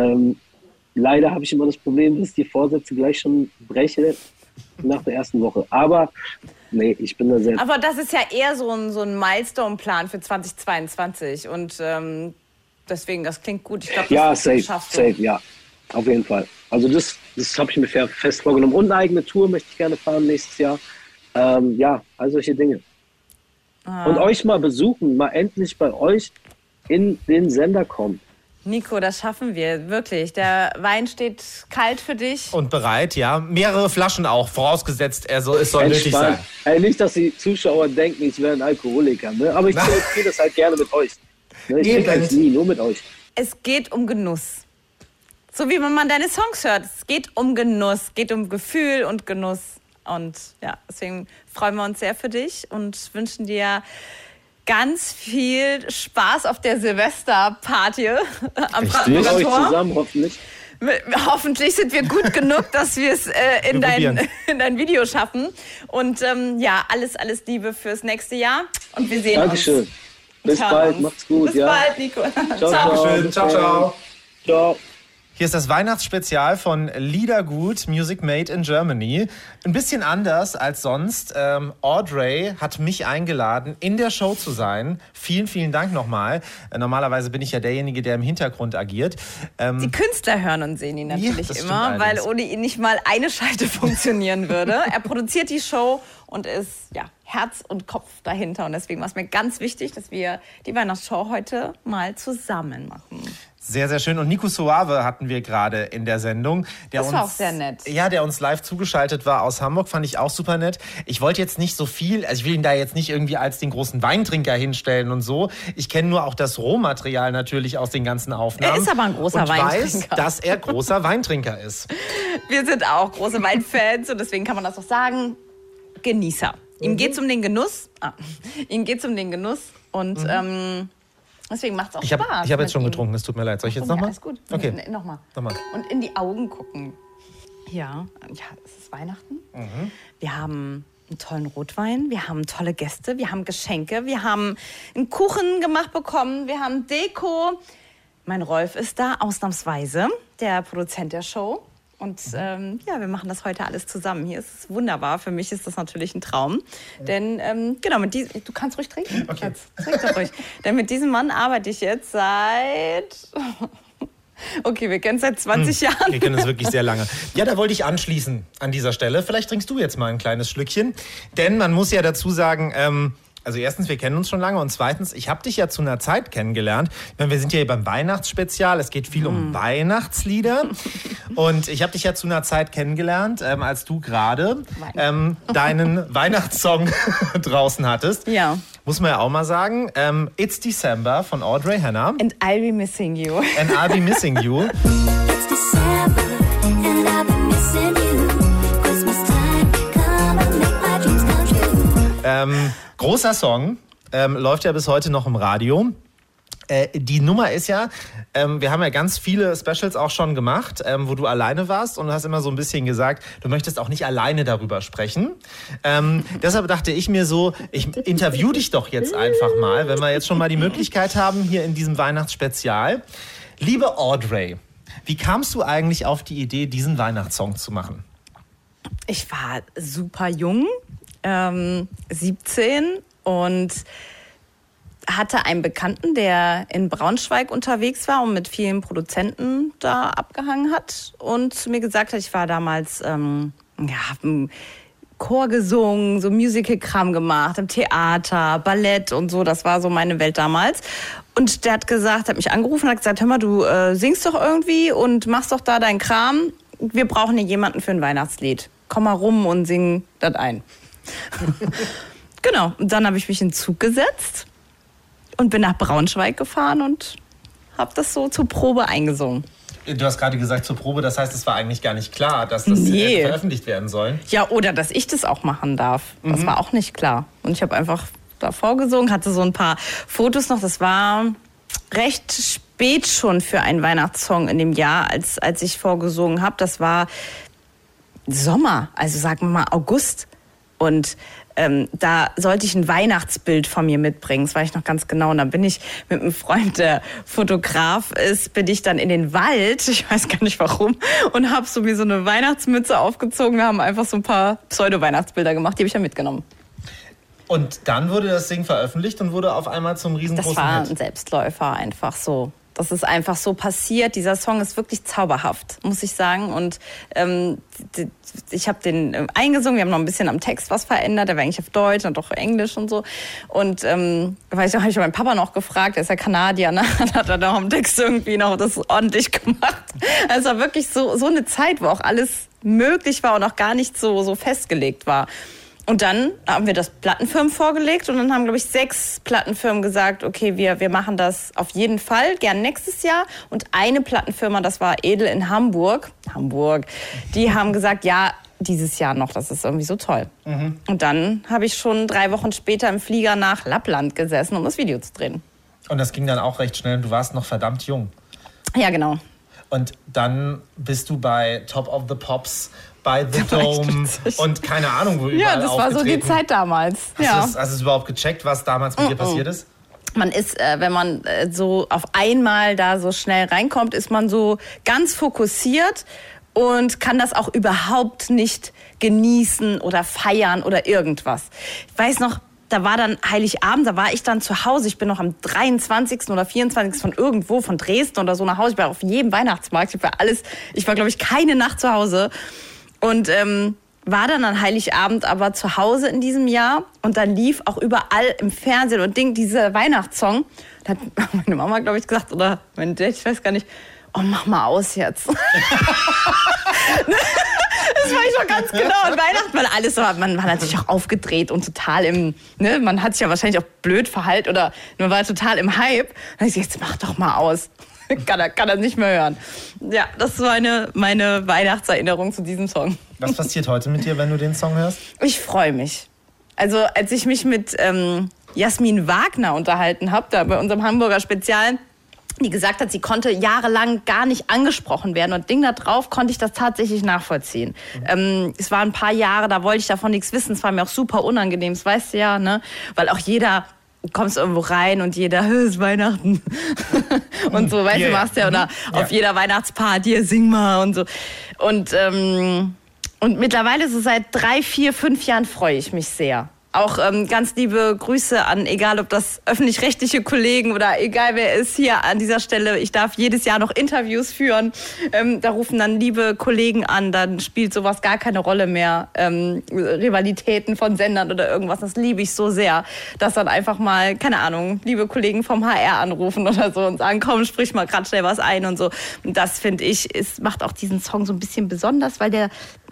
Leider habe ich immer das Problem, dass ich die Vorsätze gleich schon breche nach der ersten Woche. Aber nee, ich bin da sehr... Aber das ist ja eher so ein Milestone-Plan für 2022 und deswegen, das klingt gut. Ich glaube, das schaffst du. Safe, ja. Auf jeden Fall. Also das habe ich mir fest vorgenommen. Und eine eigene Tour möchte ich gerne fahren nächstes Jahr. All solche Dinge. Und euch mal besuchen, mal endlich bei euch in den Sender kommen. Nico, das schaffen wir, wirklich. Der Wein steht kalt für dich. Und bereit, ja. Mehrere Flaschen auch, vorausgesetzt, es soll nötig sein. Ey, nicht, dass die Zuschauer denken, ich wäre ein Alkoholiker. Ne? Aber ich zelebriere das halt gerne mit euch. Ne? Ich trinke eigentlich nie, nur mit euch. Es geht um Genuss. So wie wenn man deine Songs hört. Es geht um Genuss, geht um Gefühl und Genuss. Und ja, deswegen freuen wir uns sehr für dich und wünschen dir ganz viel Spaß auf der Silvesterparty am Brandenburger Tor. Mit euch zusammen, hoffentlich. Hoffentlich sind wir gut genug, dass wir es in dein Video schaffen. Und alles Liebe fürs nächste Jahr. Und wir sehen Dankeschön. uns. Bis bald, macht's gut. Bis bald, Nico. Ciao. Dankeschön. Ciao. Ciao. Hier ist das Weihnachtsspezial von Liedergut, Music Made in Germany. Ein bisschen anders als sonst. Audrey hat mich eingeladen, in der Show zu sein. Vielen, vielen Dank nochmal. Normalerweise bin ich ja derjenige, der im Hintergrund agiert. Die Künstler hören und sehen ihn natürlich immer, weil ohne ihn nicht mal eine Schalte funktionieren würde. Er produziert die Show und ist Herz und Kopf dahinter. Und deswegen war es mir ganz wichtig, dass wir die Weihnachtsshow heute mal zusammen machen. Sehr, sehr schön. Und Nico Suave hatten wir gerade in der Sendung. Das war auch sehr nett. Ja, der uns live zugeschaltet war aus Hamburg, fand ich auch super nett. Ich wollte jetzt nicht so viel, ich will ihn da jetzt nicht irgendwie als den großen Weintrinker hinstellen und so. Ich kenne nur auch das Rohmaterial natürlich aus den ganzen Aufnahmen. Er ist aber ein großer Weintrinker. Ich weiß, dass er großer Weintrinker ist. Wir sind auch große Weinfans und deswegen kann man das auch sagen. Genießer. Ihm geht's um den Genuss. Ihm geht's um den Genuss und deswegen macht es auch Spaß. Ich habe jetzt schon getrunken, es tut mir leid. Soll ich jetzt nochmal? Alles gut. Okay. Nochmal. Und in die Augen gucken. Ja, es ist Weihnachten. Wir haben einen tollen Rotwein, wir haben tolle Gäste, wir haben Geschenke, wir haben einen Kuchen gemacht bekommen, wir haben Deko. Mein Rolf ist da, ausnahmsweise, der Produzent der Show. Und wir machen das heute alles zusammen. Hier ist es wunderbar. Für mich ist das natürlich ein Traum. Denn, du kannst ruhig trinken. Okay. Jetzt, trink doch ruhig. Denn mit diesem Mann arbeite ich jetzt seit... Okay, wir kennen es seit 20 Jahren. Wir kennen es wirklich sehr lange. Ja, da wollte ich anschließen an dieser Stelle. Vielleicht trinkst du jetzt mal ein kleines Schlückchen. Denn man muss ja dazu sagen... Also erstens, wir kennen uns schon lange und zweitens, ich habe dich ja zu einer Zeit kennengelernt. Ich meine, wir sind ja hier beim Weihnachtsspezial, es geht viel um Weihnachtslieder und ich habe dich ja zu einer Zeit kennengelernt, als du gerade deinen Weihnachtssong draußen hattest. Ja. Muss man ja auch mal sagen. It's December von Audrey Hannah. And I'll be missing you. And I'll be missing you. It's December and I'll be missing you. Christmas time, come and make my dreams come true. Großer Song, läuft ja bis heute noch im Radio. Die Nummer ist ja, wir haben ja ganz viele Specials auch schon gemacht, wo du alleine warst und du hast immer so ein bisschen gesagt, du möchtest auch nicht alleine darüber sprechen. Deshalb dachte ich mir so, ich interview dich doch jetzt einfach mal, wenn wir jetzt schon mal die Möglichkeit haben, hier in diesem Weihnachtsspezial. Liebe Audrey, wie kamst du eigentlich auf die Idee, diesen Weihnachtssong zu machen? Ich war super jung. 17 und hatte einen Bekannten, der in Braunschweig unterwegs war und mit vielen Produzenten da abgehangen hat und zu mir gesagt hat, ich war damals im Chor gesungen, so Musical-Kram gemacht, im Theater, Ballett und so, das war so meine Welt damals. Und der hat mich angerufen und hat gesagt, hör mal, du singst doch irgendwie und machst doch da deinen Kram, wir brauchen hier jemanden für ein Weihnachtslied. Komm mal rum und sing das ein. Genau, und dann habe ich mich in den Zug gesetzt und bin nach Braunschweig gefahren und habe das so zur Probe eingesungen. Du hast gerade gesagt zur Probe, das heißt, es war eigentlich gar nicht klar, dass das veröffentlicht werden soll. Ja, oder dass ich das auch machen darf. Das war auch nicht klar. Und ich habe einfach da vorgesungen, hatte so ein paar Fotos noch. Das war recht spät schon für einen Weihnachtssong in dem Jahr, als ich vorgesungen habe. Das war Sommer, also sagen wir mal August. Und da sollte ich ein Weihnachtsbild von mir mitbringen. Das weiß ich noch ganz genau. Und dann bin ich mit einem Freund, der Fotograf ist, bin ich dann in den Wald, ich weiß gar nicht warum, und habe so wie so eine Weihnachtsmütze aufgezogen. Wir haben einfach so ein paar Pseudo-Weihnachtsbilder gemacht, die habe ich dann mitgenommen. Und dann wurde das Ding veröffentlicht und wurde auf einmal zum riesengroßen Das war Hit. ein Selbstläufer einfach so. Das ist einfach so passiert. Dieser Song ist wirklich zauberhaft, muss ich sagen. Und ich habe den eingesungen. Wir haben noch ein bisschen am Text was verändert. Der war eigentlich auf Deutsch und doch Englisch und so. Und weiß ich, habe ich meinen Papa noch gefragt. Der ist ja Kanadier. Ne? Dann hat er noch am Text irgendwie noch das ordentlich gemacht. Also war wirklich so eine Zeit, wo auch alles möglich war und auch gar nicht so festgelegt war. Und dann haben wir das Plattenfirmen vorgelegt und dann haben, glaube ich, 6 Plattenfirmen gesagt, okay, wir machen das auf jeden Fall, gern nächstes Jahr. Und eine Plattenfirma, das war Edel in Hamburg, die haben gesagt, ja, dieses Jahr noch, das ist irgendwie so toll. Mhm. Und dann habe ich schon 3 Wochen später im Flieger nach Lappland gesessen, um das Video zu drehen. Und das ging dann auch recht schnell und du warst noch verdammt jung. Ja, genau. Und dann bist du bei Top of the Pops, bei The Dome und keine Ahnung, wo überall aufgetreten. Ja, das war so die Zeit damals. Hast du überhaupt gecheckt, was damals mit dir passiert ist? Man ist, wenn man so auf einmal da so schnell reinkommt, ist man so ganz fokussiert und kann das auch überhaupt nicht genießen oder feiern oder irgendwas. Ich weiß noch, da war dann Heiligabend, da war ich dann zu Hause. Ich bin noch am 23. oder 24. von irgendwo, von Dresden oder so nach Hause. Ich war auf jedem Weihnachtsmarkt. Ich war, glaube ich, keine Nacht zu Hause. Und war dann an Heiligabend aber zu Hause in diesem Jahr. Und dann lief auch überall im Fernsehen und dieser Weihnachtssong. Da hat meine Mama, glaube ich, gesagt, oder mein Dad, ich weiß gar nicht, oh, mach mal aus jetzt. Das war ich noch ganz genau. Und Weihnachten war alles so, man war natürlich auch aufgedreht und total man hat sich ja wahrscheinlich auch blöd verhalten oder man war total im Hype. Da ich jetzt mach doch mal aus. Kann er nicht mehr hören. Ja, das war meine Weihnachtserinnerung zu diesem Song. Was passiert heute mit dir, wenn du den Song hörst? Ich freue mich. Also als ich mich mit Jasmin Wagner unterhalten habe, da bei unserem Hamburger Spezial, die gesagt hat, sie konnte jahrelang gar nicht angesprochen werden. Und Ding da drauf konnte ich das tatsächlich nachvollziehen. Es waren ein paar Jahre, da wollte ich davon nichts wissen. Es war mir auch super unangenehm, das weißt du ja, ne? Weil auch jeder... Du kommst irgendwo rein und jeder, es ist Weihnachten. Und so, weißt du, machst ja, oder auf jeder Weihnachtsparty, sing mal und so. Und mittlerweile, so seit 3, 4, 5 Jahren freue ich mich sehr. Auch ganz liebe Grüße an, egal ob das öffentlich-rechtliche Kollegen oder egal wer ist hier an dieser Stelle. Ich darf jedes Jahr noch Interviews führen. Da rufen dann liebe Kollegen an, dann spielt sowas gar keine Rolle mehr. Rivalitäten von Sendern oder irgendwas, das liebe ich so sehr, dass dann einfach mal, keine Ahnung, liebe Kollegen vom HR anrufen oder so und sagen, komm, sprich mal gerade schnell was ein und so. Und das, finde ich, macht auch diesen Song so ein bisschen besonders, weil der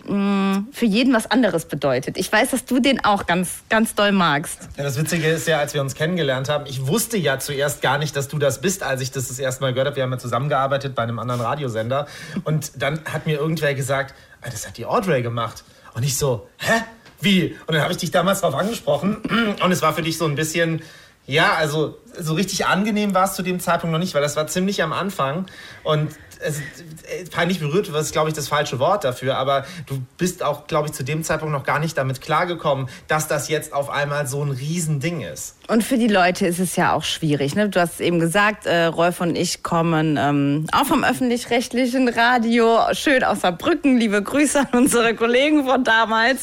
für jeden was anderes bedeutet. Ich weiß, dass du den auch ganz, ganz doll magst. Ja, das Witzige ist ja, als wir uns kennengelernt haben, ich wusste ja zuerst gar nicht, dass du das bist, als ich das erste Mal gehört habe. Wir haben ja zusammengearbeitet bei einem anderen Radiosender. Und dann hat mir irgendwer gesagt, das hat die Audrey gemacht. Und ich so, hä? Wie? Und dann habe ich dich damals darauf angesprochen. Und es war für dich so ein bisschen... Ja, also so richtig angenehm war es zu dem Zeitpunkt noch nicht, weil das war ziemlich am Anfang und peinlich berührt war, ist, glaube ich, das falsche Wort dafür, aber du bist auch, glaube ich, zu dem Zeitpunkt noch gar nicht damit klargekommen, dass das jetzt auf einmal so ein Riesending ist. Und für die Leute ist es ja auch schwierig, ne? Du hast eben gesagt, Rolf und ich kommen auch vom öffentlich-rechtlichen Radio, schön aus Saarbrücken, liebe Grüße an unsere Kollegen von damals.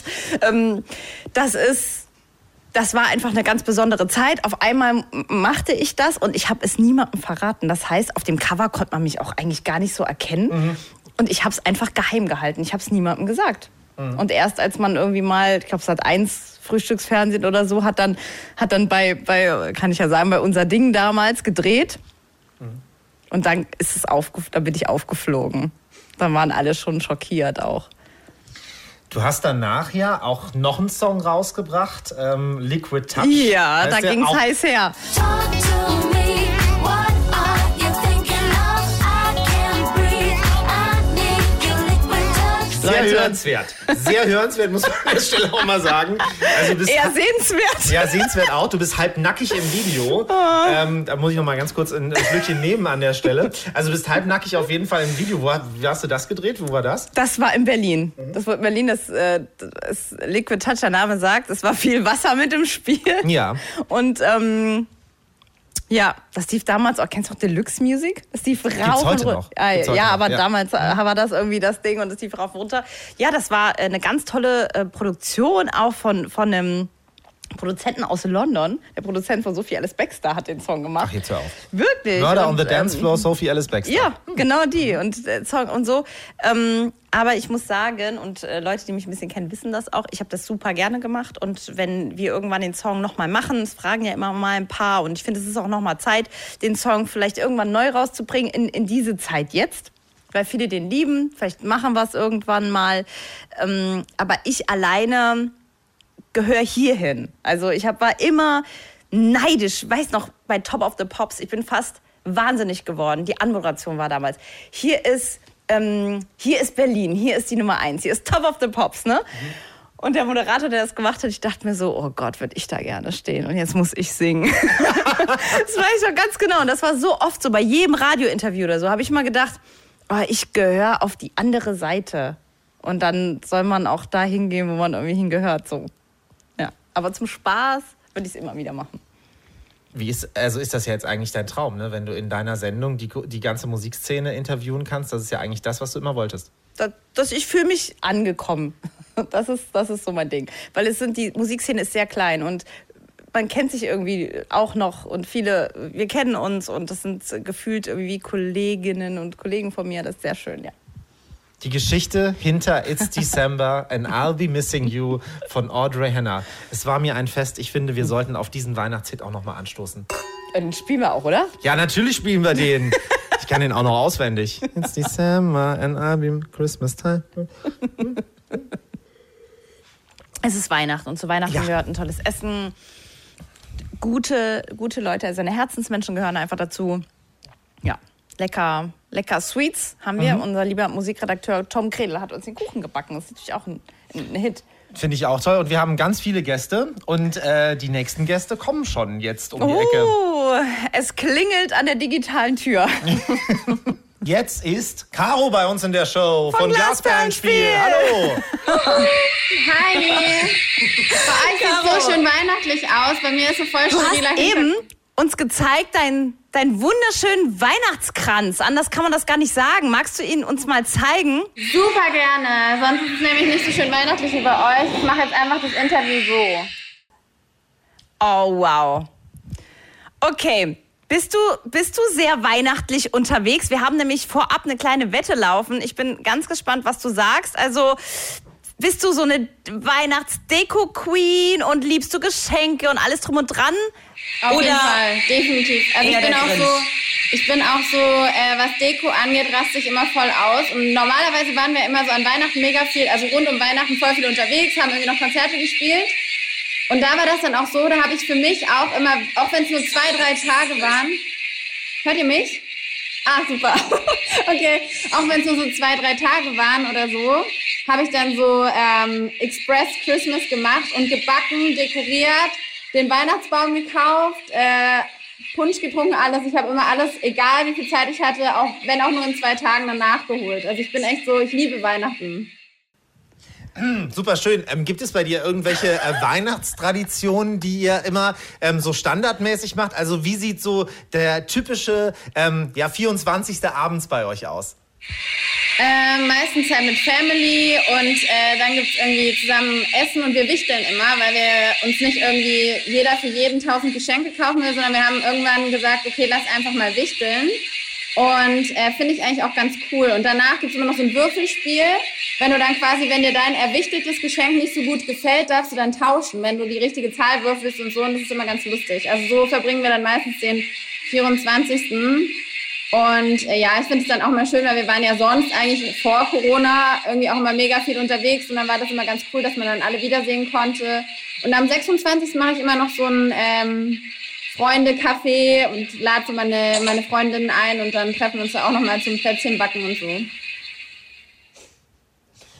Das war einfach eine ganz besondere Zeit. Auf einmal machte ich das und ich habe es niemandem verraten. Das heißt, auf dem Cover konnte man mich auch eigentlich gar nicht so erkennen. Mhm. Und ich habe es einfach geheim gehalten. Ich habe es niemandem gesagt. Mhm. Und erst als man irgendwie mal, ich glaube, Sat.1 Frühstücksfernsehen oder so, hat dann bei, kann ich ja sagen, bei Unser Ding damals gedreht. Mhm. Und dann dann bin ich aufgeflogen. Dann waren alle schon schockiert auch. Du hast danach ja auch noch einen Song rausgebracht, Liquid Touch. Ja, da ging's heiß her. Sehr Leute. hörenswert. Sehr hörenswert, muss man an der Stelle auch mal sagen. Also du bist Eher sehenswert. Ja, sehenswert auch. Du bist halb nackig im Video. Da muss ich noch mal ganz kurz ein Schlückchen nehmen an der Stelle. Also du bist halb nackig auf jeden Fall im Video. Wie hast du das gedreht? Wo war das? Das war in Berlin. Das war in Berlin, das Liquid Touch, der Name sagt, es war viel Wasser mit im Spiel. Ja. Und ja, das lief damals auch, kennst du auch Deluxe Music? Das lief rauf heute und noch. runter. Gibt's heute noch, aber ja. damals war das irgendwie das Ding und das lief rauf und runter. Ja, das war eine ganz tolle Produktion auch von einem Produzenten aus London. Der Produzent von Sophie Ellis Bextor hat den Song gemacht. Ach, jetzt hör auf. Wirklich. Murder on Und, the Dance Floor, Sophie Ellis Bextor. Ja, genau die und Song und so. Aber ich muss sagen, und Leute, die mich ein bisschen kennen, wissen das auch, ich habe das super gerne gemacht. Und wenn wir irgendwann den Song nochmal machen, es fragen ja immer mal ein paar. Und ich finde, es ist auch nochmal Zeit, den Song vielleicht irgendwann neu rauszubringen in diese Zeit jetzt. Weil viele den lieben, vielleicht machen wir es irgendwann mal. Aber ich alleine gehöre hierhin. Also war immer neidisch, weiß noch, bei Top of the Pops, ich bin fast wahnsinnig geworden. Die Anmoderation war damals. Hier ist Berlin, hier ist die Nummer 1, hier ist Top of the Pops, ne? Und der Moderator, der das gemacht hat, ich dachte mir so, oh Gott, würde ich da gerne stehen und jetzt muss ich singen. Das weiß ich doch ganz genau. Und das war so oft so, bei jedem Radiointerview oder so, habe ich mal gedacht, oh, ich gehöre auf die andere Seite. Und dann soll man auch da hingehen, wo man irgendwie hingehört, so. Ja, aber zum Spaß würde ich es immer wieder machen. Ist das ja jetzt eigentlich dein Traum, ne? Wenn du in deiner Sendung die ganze Musikszene interviewen kannst, das ist ja eigentlich das, was du immer wolltest. Ich fühle mich angekommen. Das ist so mein Ding. Weil die Musikszene ist sehr klein und man kennt sich irgendwie auch noch und wir kennen uns und das sind gefühlt irgendwie Kolleginnen und Kollegen von mir, das ist sehr schön, ja. Die Geschichte hinter It's December and I'll Be Missing You von Audrey Hannah. Es war mir ein Fest. Ich finde, wir sollten auf diesen Weihnachtshit auch nochmal anstoßen. Den spielen wir auch, oder? Ja, natürlich spielen wir den. Ich kann den auch noch auswendig. It's December and I'll be Christmas time. Es ist Weihnachten und zu Weihnachten gehört ein tolles Essen. Gute Leute, also seine Herzensmenschen gehören einfach dazu. Ja, lecker Sweets haben wir. Unser lieber Musikredakteur Tom Kredel hat uns den Kuchen gebacken. Das ist natürlich auch ein Hit. Finde ich auch toll. Und wir haben ganz viele Gäste. Und die nächsten Gäste kommen schon jetzt um die Ecke. Es klingelt an der digitalen Tür. Jetzt ist Caro bei uns in der Show von Glasperlenspiel. Hallo. Hi. Bei euch sieht so schön weihnachtlich aus. Bei mir ist so voll Du hast steriler eben uns gezeigt, deinen wunderschönen Weihnachtskranz. Anders kann man das gar nicht sagen. Magst du ihn uns mal zeigen? Super gerne. Sonst ist es nämlich nicht so schön weihnachtlich wie bei euch. Ich mache jetzt einfach das Interview so. Oh, wow. Okay. Bist du sehr weihnachtlich unterwegs? Wir haben nämlich vorab eine kleine Wette laufen. Ich bin ganz gespannt, was du sagst. Also, bist du so eine Weihnachtsdeko-Queen und liebst du Geschenke und alles drum und dran? Auf jeden Fall, definitiv. Also ich bin auch so, was Deko angeht, raste ich immer voll aus. Und normalerweise waren wir immer so an Weihnachten mega viel, also rund um Weihnachten voll viel unterwegs, haben irgendwie noch Konzerte gespielt. Und da war das dann auch so, da habe ich für mich auch immer, auch wenn es nur 2-3 Tage waren, hört ihr mich? Ah, super. Okay, auch wenn es nur so 2-3 Tage waren oder so, habe ich dann so Express Christmas gemacht und gebacken, dekoriert, den Weihnachtsbaum gekauft, Punsch getrunken, alles. Ich habe immer alles, egal wie viel Zeit ich hatte, auch wenn auch nur in 2 Tagen, dann nachgeholt. Also ich bin echt so, ich liebe Weihnachten. Super schön. Gibt es bei dir irgendwelche Weihnachtstraditionen, die ihr immer so standardmäßig macht? Also wie sieht so der typische 24. abends bei euch aus? Meistens halt mit Family und dann gibt es irgendwie zusammen Essen und wir wichteln immer, weil wir uns nicht irgendwie jeder für jeden 1000 Geschenke kaufen will, sondern wir haben irgendwann gesagt, okay, lass einfach mal wichteln. Und finde ich eigentlich auch ganz cool. Und danach gibt es immer noch so ein Würfelspiel. Wenn du dann quasi, wenn dir dein erwichteltes Geschenk nicht so gut gefällt, darfst du dann tauschen, wenn du die richtige Zahl würfelst und so. Und das ist immer ganz lustig. Also so verbringen wir dann meistens den 24. Und ich finde es dann auch mal schön, weil wir waren ja sonst eigentlich vor Corona irgendwie auch immer mega viel unterwegs. Und dann war das immer ganz cool, dass man dann alle wiedersehen konnte. Und am 26. mache ich immer noch so ein Freunde-Café und lade so meine Freundinnen ein und dann treffen wir uns da auch nochmal zum Plätzchenbacken und so.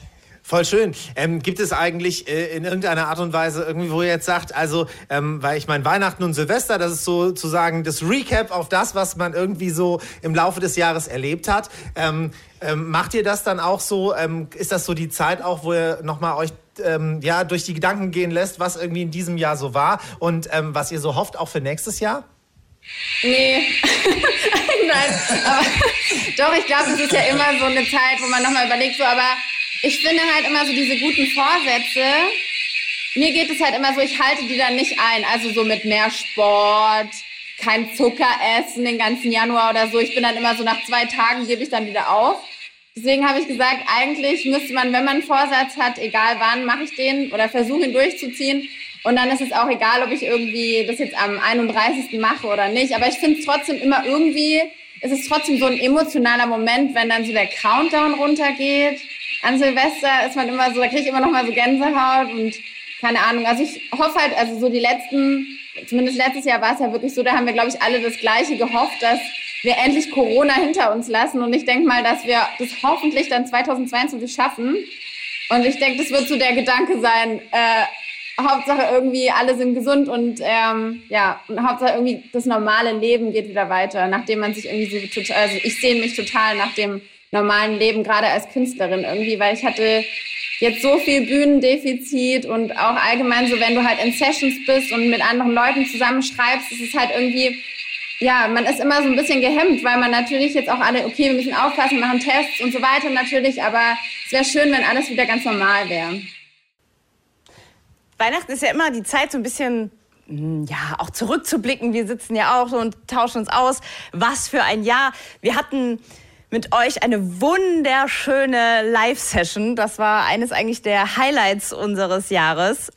Voll schön. Gibt es eigentlich in irgendeiner Art und Weise irgendwie, wo ihr jetzt sagt, also, weil ich meine, Weihnachten und Silvester, das ist sozusagen das Recap auf das, was man irgendwie so im Laufe des Jahres erlebt hat. Macht ihr das dann auch so? Ist das so die Zeit auch, wo ihr nochmal euch durch die Gedanken gehen lässt, was irgendwie in diesem Jahr so war und was ihr so hofft auch für nächstes Jahr? Nee, nein, aber doch, ich glaube, es ist ja immer so eine Zeit, wo man nochmal überlegt, so, aber ich finde halt immer so diese guten Vorsätze, mir geht es halt immer so, ich halte die dann nicht ein, also so mit mehr Sport, kein Zucker essen den ganzen Januar oder so, ich bin dann immer so, nach 2 Tagen gebe ich dann wieder auf. Deswegen habe ich gesagt, eigentlich müsste man, wenn man einen Vorsatz hat, egal wann, mache ich den oder versuche ihn durchzuziehen. Und dann ist es auch egal, ob ich irgendwie das jetzt am 31. mache oder nicht. Aber ich finde es trotzdem immer irgendwie, es ist trotzdem so ein emotionaler Moment, wenn dann so der Countdown runtergeht. An Silvester ist man immer so, da kriege ich immer noch mal so Gänsehaut und keine Ahnung. Also ich hoffe halt, also so die zumindest letztes Jahr war es ja wirklich so, da haben wir, glaube ich, alle das Gleiche gehofft, dass wir endlich Corona hinter uns lassen. Und ich denke mal, dass wir das hoffentlich dann 2022 schaffen. Und ich denke, das wird so der Gedanke sein, Hauptsache irgendwie alle sind gesund und und Hauptsache irgendwie das normale Leben geht wieder weiter, nachdem man sich irgendwie so total, also ich sehne mich total nach dem normalen Leben, gerade als Künstlerin irgendwie, weil ich hatte jetzt so viel Bühnendefizit und auch allgemein so, wenn du halt in Sessions bist und mit anderen Leuten zusammenschreibst, ist es halt irgendwie, ja, man ist immer so ein bisschen gehemmt, weil man natürlich jetzt auch alle, okay, wir müssen aufpassen, machen Tests und so weiter natürlich, aber es wäre schön, wenn alles wieder ganz normal wäre. Weihnachten ist ja immer die Zeit, so ein bisschen, auch zurückzublicken. Wir sitzen ja auch so und tauschen uns aus. Was für ein Jahr. Wir hatten mit euch eine wunderschöne Live-Session. Das war eines eigentlich der Highlights unseres Jahres.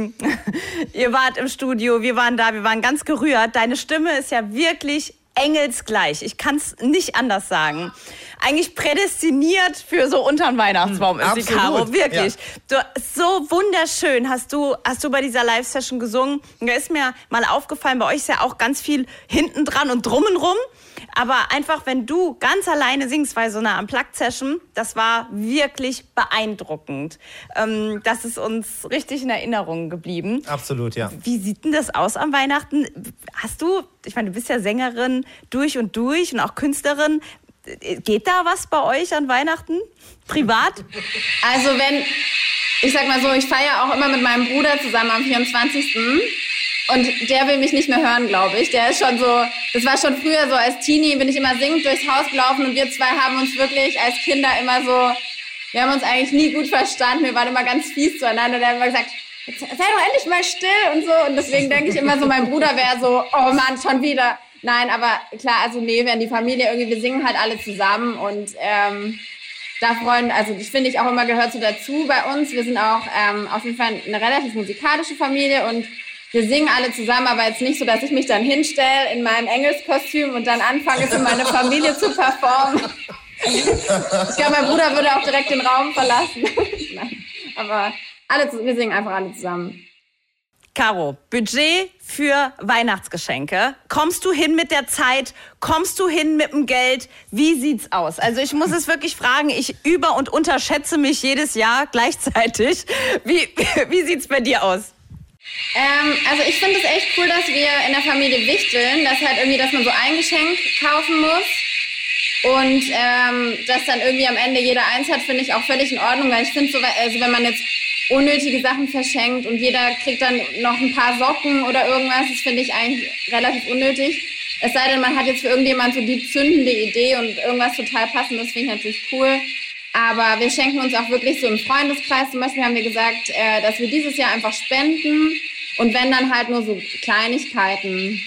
Ihr wart im Studio, wir waren da, wir waren ganz gerührt. Deine Stimme ist ja wirklich engelsgleich. Ich kann es nicht anders sagen. Eigentlich prädestiniert für so unterm Weihnachtsbaum ist die Caro. Wirklich. Ja. So wunderschön hast du bei dieser Live-Session gesungen. Und da ist mir mal aufgefallen, bei euch ist ja auch ganz viel hinten dran und drumherum. Aber einfach, wenn du ganz alleine singst, bei so einer Unplugged-Session, das war wirklich beeindruckend. Das ist uns richtig in Erinnerung geblieben. Absolut, ja. Wie sieht denn das aus am Weihnachten? Ich meine, du bist ja Sängerin durch und auch Künstlerin. Geht da was bei euch an Weihnachten? Privat? Also ich sag mal so, ich feiere auch immer mit meinem Bruder zusammen am 24. Und der will mich nicht mehr hören, glaube ich. Der ist schon so, das war schon früher so, als Teenie bin ich immer singend durchs Haus gelaufen und wir zwei haben uns wirklich als Kinder immer so, wir haben uns eigentlich nie gut verstanden, wir waren immer ganz fies zueinander. Der hat immer gesagt, jetzt sei doch endlich mal still und so. Und deswegen denke ich immer so, mein Bruder wäre so, oh Mann, schon wieder. Nein, aber klar, also nee, wir in die Familie irgendwie, wir singen halt alle zusammen und da also das finde ich auch immer gehört so dazu bei uns. Wir sind auch auf jeden Fall eine relativ musikalische Familie und wir singen alle zusammen, aber jetzt nicht so, dass ich mich dann hinstelle in meinem Engelskostüm und dann anfange, für meine Familie zu performen. Ich glaube, mein Bruder würde auch direkt den Raum verlassen. Nein, aber wir singen einfach alle zusammen. Caro, Budget für Weihnachtsgeschenke. Kommst du hin mit der Zeit? Kommst du hin mit dem Geld? Wie sieht's aus? Also ich muss es wirklich fragen, ich über- und unterschätze mich jedes Jahr gleichzeitig. Wie sieht's bei dir aus? Also ich finde es echt cool, dass wir in der Familie wichteln, dass man so ein Geschenk kaufen muss und dass dann irgendwie am Ende jeder eins hat, finde ich auch völlig in Ordnung, weil ich finde so, also wenn man jetzt unnötige Sachen verschenkt und jeder kriegt dann noch ein paar Socken oder irgendwas, das finde ich eigentlich relativ unnötig. Es sei denn, man hat jetzt für irgendjemand so die zündende Idee und irgendwas total passendes, finde ich natürlich cool. Aber wir schenken uns auch wirklich so im Freundeskreis. Zum Beispiel haben wir gesagt, dass wir dieses Jahr einfach spenden und wenn dann halt nur so Kleinigkeiten.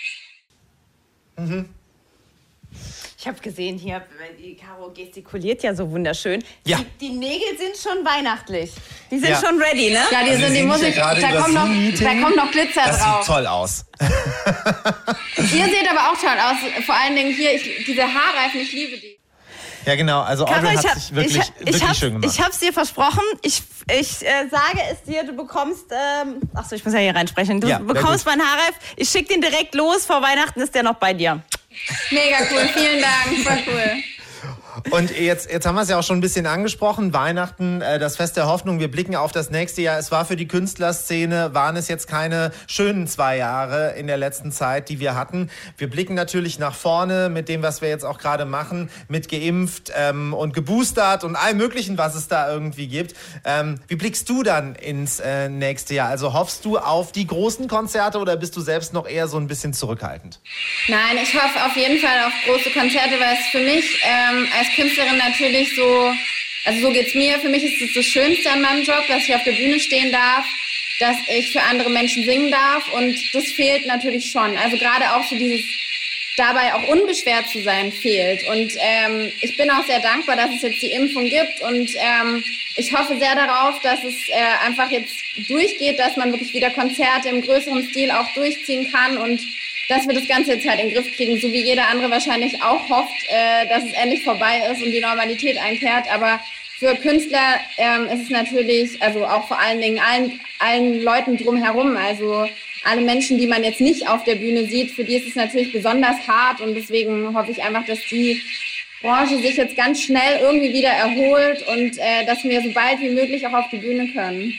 Mhm. Ich habe gesehen hier, die Caro gestikuliert ja so wunderschön. Ja. Die Nägel sind schon weihnachtlich. Die sind schon ready, ne? Ja, die Musik, da kommt noch Glitzer drauf. Das sieht toll aus. Ihr seht aber auch toll aus. Vor allen Dingen hier, diese Haarreifen, ich liebe die. Ja, genau. Also Audrey hat sich wirklich schön gemacht. Ich habe es dir versprochen. Ich sage es dir, du bekommst... Achso, ich muss ja hier reinsprechen. Du bekommst meinen Haarreif. Ich schicke den direkt los. Vor Weihnachten ist der noch bei dir. Mega cool. Vielen Dank. Voll cool. Und jetzt haben wir es ja auch schon ein bisschen angesprochen. Weihnachten, das Fest der Hoffnung. Wir blicken auf das nächste Jahr. Es war für die Künstlerszene, waren es jetzt keine schönen 2 Jahre in der letzten Zeit, die wir hatten. Wir blicken natürlich nach vorne mit dem, was wir jetzt auch gerade machen, mit geimpft und geboostert und allem Möglichen, was es da irgendwie gibt. Wie blickst du dann ins nächste Jahr? Also hoffst du auf die großen Konzerte oder bist du selbst noch eher so ein bisschen zurückhaltend? Nein, ich hoffe auf jeden Fall auf große Konzerte, weil es für mich als Künstlerin natürlich so, also so geht's mir, für mich ist es das Schönste an meinem Job, dass ich auf der Bühne stehen darf, dass ich für andere Menschen singen darf und das fehlt natürlich schon. Also gerade auch so dieses dabei auch unbeschwert zu sein fehlt und ich bin auch sehr dankbar, dass es jetzt die Impfung gibt und ich hoffe sehr darauf, dass es einfach jetzt durchgeht, dass man wirklich wieder Konzerte im größeren Stil auch durchziehen kann und dass wir das Ganze jetzt halt in den Griff kriegen, so wie jeder andere wahrscheinlich auch hofft, dass es endlich vorbei ist und die Normalität einkehrt. Aber für Künstler ist es natürlich, also auch vor allen Dingen allen Leuten drumherum, also alle Menschen, die man jetzt nicht auf der Bühne sieht, für die ist es natürlich besonders hart und deswegen hoffe ich einfach, dass die Branche sich jetzt ganz schnell irgendwie wieder erholt und dass wir so bald wie möglich auch auf die Bühne können.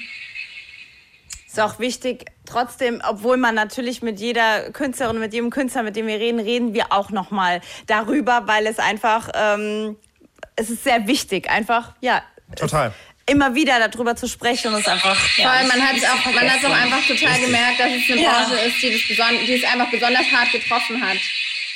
Ist auch wichtig, trotzdem, obwohl man natürlich mit jeder Künstlerin, mit jedem Künstler, mit dem wir reden, reden wir auch nochmal darüber, weil es einfach, es ist sehr wichtig, einfach, ja. Total. Immer wieder darüber zu sprechen und es einfach. Voll, man hat es auch einfach total gemerkt, dass es eine Branche ist, die es einfach besonders hart getroffen hat.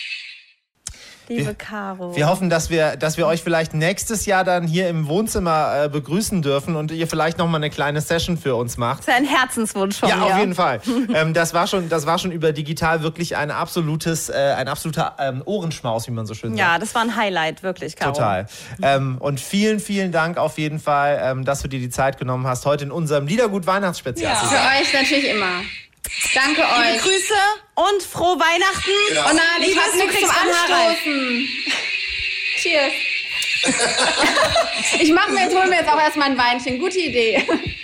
Liebe Caro. Wir hoffen, dass wir euch vielleicht nächstes Jahr dann hier im Wohnzimmer begrüßen dürfen und ihr vielleicht noch mal eine kleine Session für uns macht. Das ist ein Herzenswunsch von mir. Ja, auf jeden Fall. Das war schon über digital wirklich ein absoluter Ohrenschmaus, wie man so schön sagt. Ja, das war ein Highlight, wirklich, Caro. Total. Und vielen, vielen Dank auf jeden Fall, dass du dir die Zeit genommen hast, heute in unserem Liedergut-Weihnachtsspezial zu sein. Für euch natürlich immer. Danke euch. Liebe Grüße und frohe Weihnachten. Genau. Oh nein, ich hab nichts zum Anstoßen. Cheers. hol mir jetzt auch erstmal ein Weinchen. Gute Idee.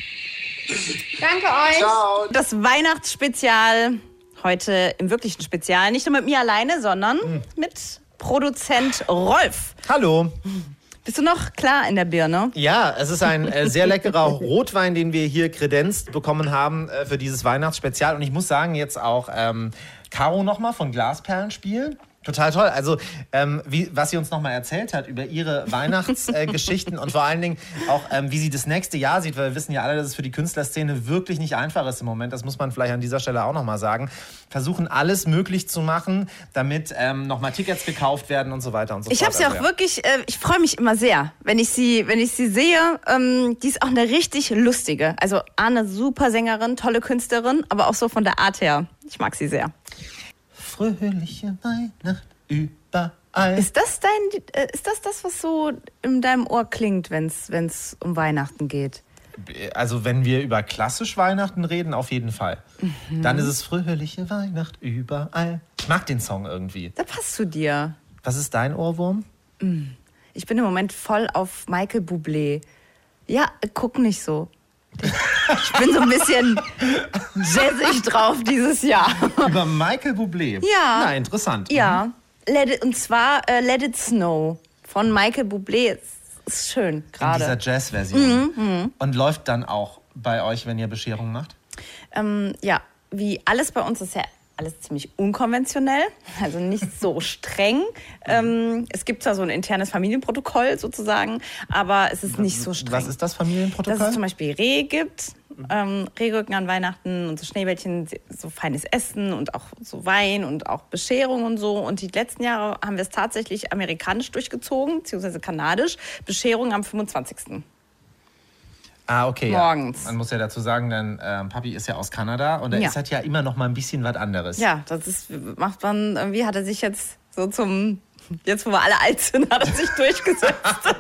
Danke euch. Ciao. Das Weihnachtsspezial heute im wirklichen Spezial. Nicht nur mit mir alleine, sondern mit Produzent Rolf. Hallo. Bist du noch klar in der Birne? Ja, es ist ein sehr leckerer Rotwein, den wir hier kredenzt bekommen haben für dieses Weihnachtsspezial. Und ich muss sagen, jetzt auch Caro nochmal von Glasperlenspiel. Total toll. Also, was sie uns nochmal erzählt hat über ihre Weihnachtsgeschichten und vor allen Dingen auch, wie sie das nächste Jahr sieht, weil wir wissen ja alle, dass es für die Künstlerszene wirklich nicht einfach ist im Moment. Das muss man vielleicht an dieser Stelle auch nochmal sagen. Versuchen, alles möglich zu machen, damit nochmal Tickets gekauft werden und so weiter und so fort. Ich habe sie auch wirklich, ich freue mich immer sehr, wenn ich sie sehe. Die ist auch eine richtig lustige. Also eine super Sängerin, tolle Künstlerin, aber auch so von der Art her. Ich mag sie sehr. Fröhliche Weihnacht überall. Ist das das, was so in deinem Ohr klingt, wenn's um Weihnachten geht? Also wenn wir über klassisch Weihnachten reden, auf jeden Fall. Dann ist es fröhliche Weihnacht überall. Ich mag den Song irgendwie. Da passt zu dir. Was ist dein Ohrwurm? Ich bin im Moment voll auf Michael Bublé. Ja, guck nicht so. Ich bin so ein bisschen jazzig drauf dieses Jahr. Über Michael Bublé? Ja. Na, interessant. Ja, Let It Snow von Michael Bublé. Ist schön In gerade. dieser Jazz-Version. Und läuft dann auch bei euch, wenn ihr Bescherung macht? Ja, wie alles bei uns ist ja alles ziemlich unkonventionell, also nicht so streng. Es gibt zwar so ein internes Familienprotokoll sozusagen, aber es ist nicht so streng. Was ist das Familienprotokoll? Dass es zum Beispiel Reh gibt, Rehrücken an Weihnachten und so Schneebällchen, so feines Essen und auch so Wein und auch Bescherung und so. Und die letzten Jahre haben wir es tatsächlich amerikanisch durchgezogen, beziehungsweise kanadisch. Bescherung am 25. Ah, okay. Morgens. Ja. Man muss ja dazu sagen, denn Papi ist ja aus Kanada und da ist halt ja immer noch mal ein bisschen was anderes. Ja, macht man, irgendwie hat er sich jetzt so jetzt wo wir alle alt sind, hat er sich durchgesetzt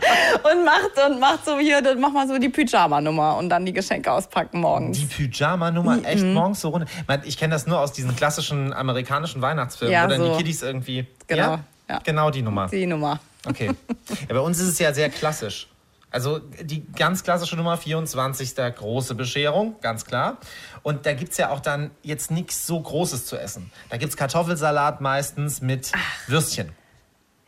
und macht so hier, dann macht man so die Pyjama-Nummer und dann die Geschenke auspacken morgens. Die Pyjama-Nummer, echt morgens so runter? Ich kenne das nur aus diesen klassischen amerikanischen Weihnachtsfilmen, ja, wo dann so. die Kiddies irgendwie... Genau. Ja? Genau die Nummer. Die Nummer. Okay. Ja, bei uns ist es ja sehr klassisch. Also die ganz klassische Nummer, 24. große Bescherung, ganz klar. Und da gibt es ja auch dann jetzt nichts so Großes zu essen. Da gibt es Kartoffelsalat meistens mit Würstchen.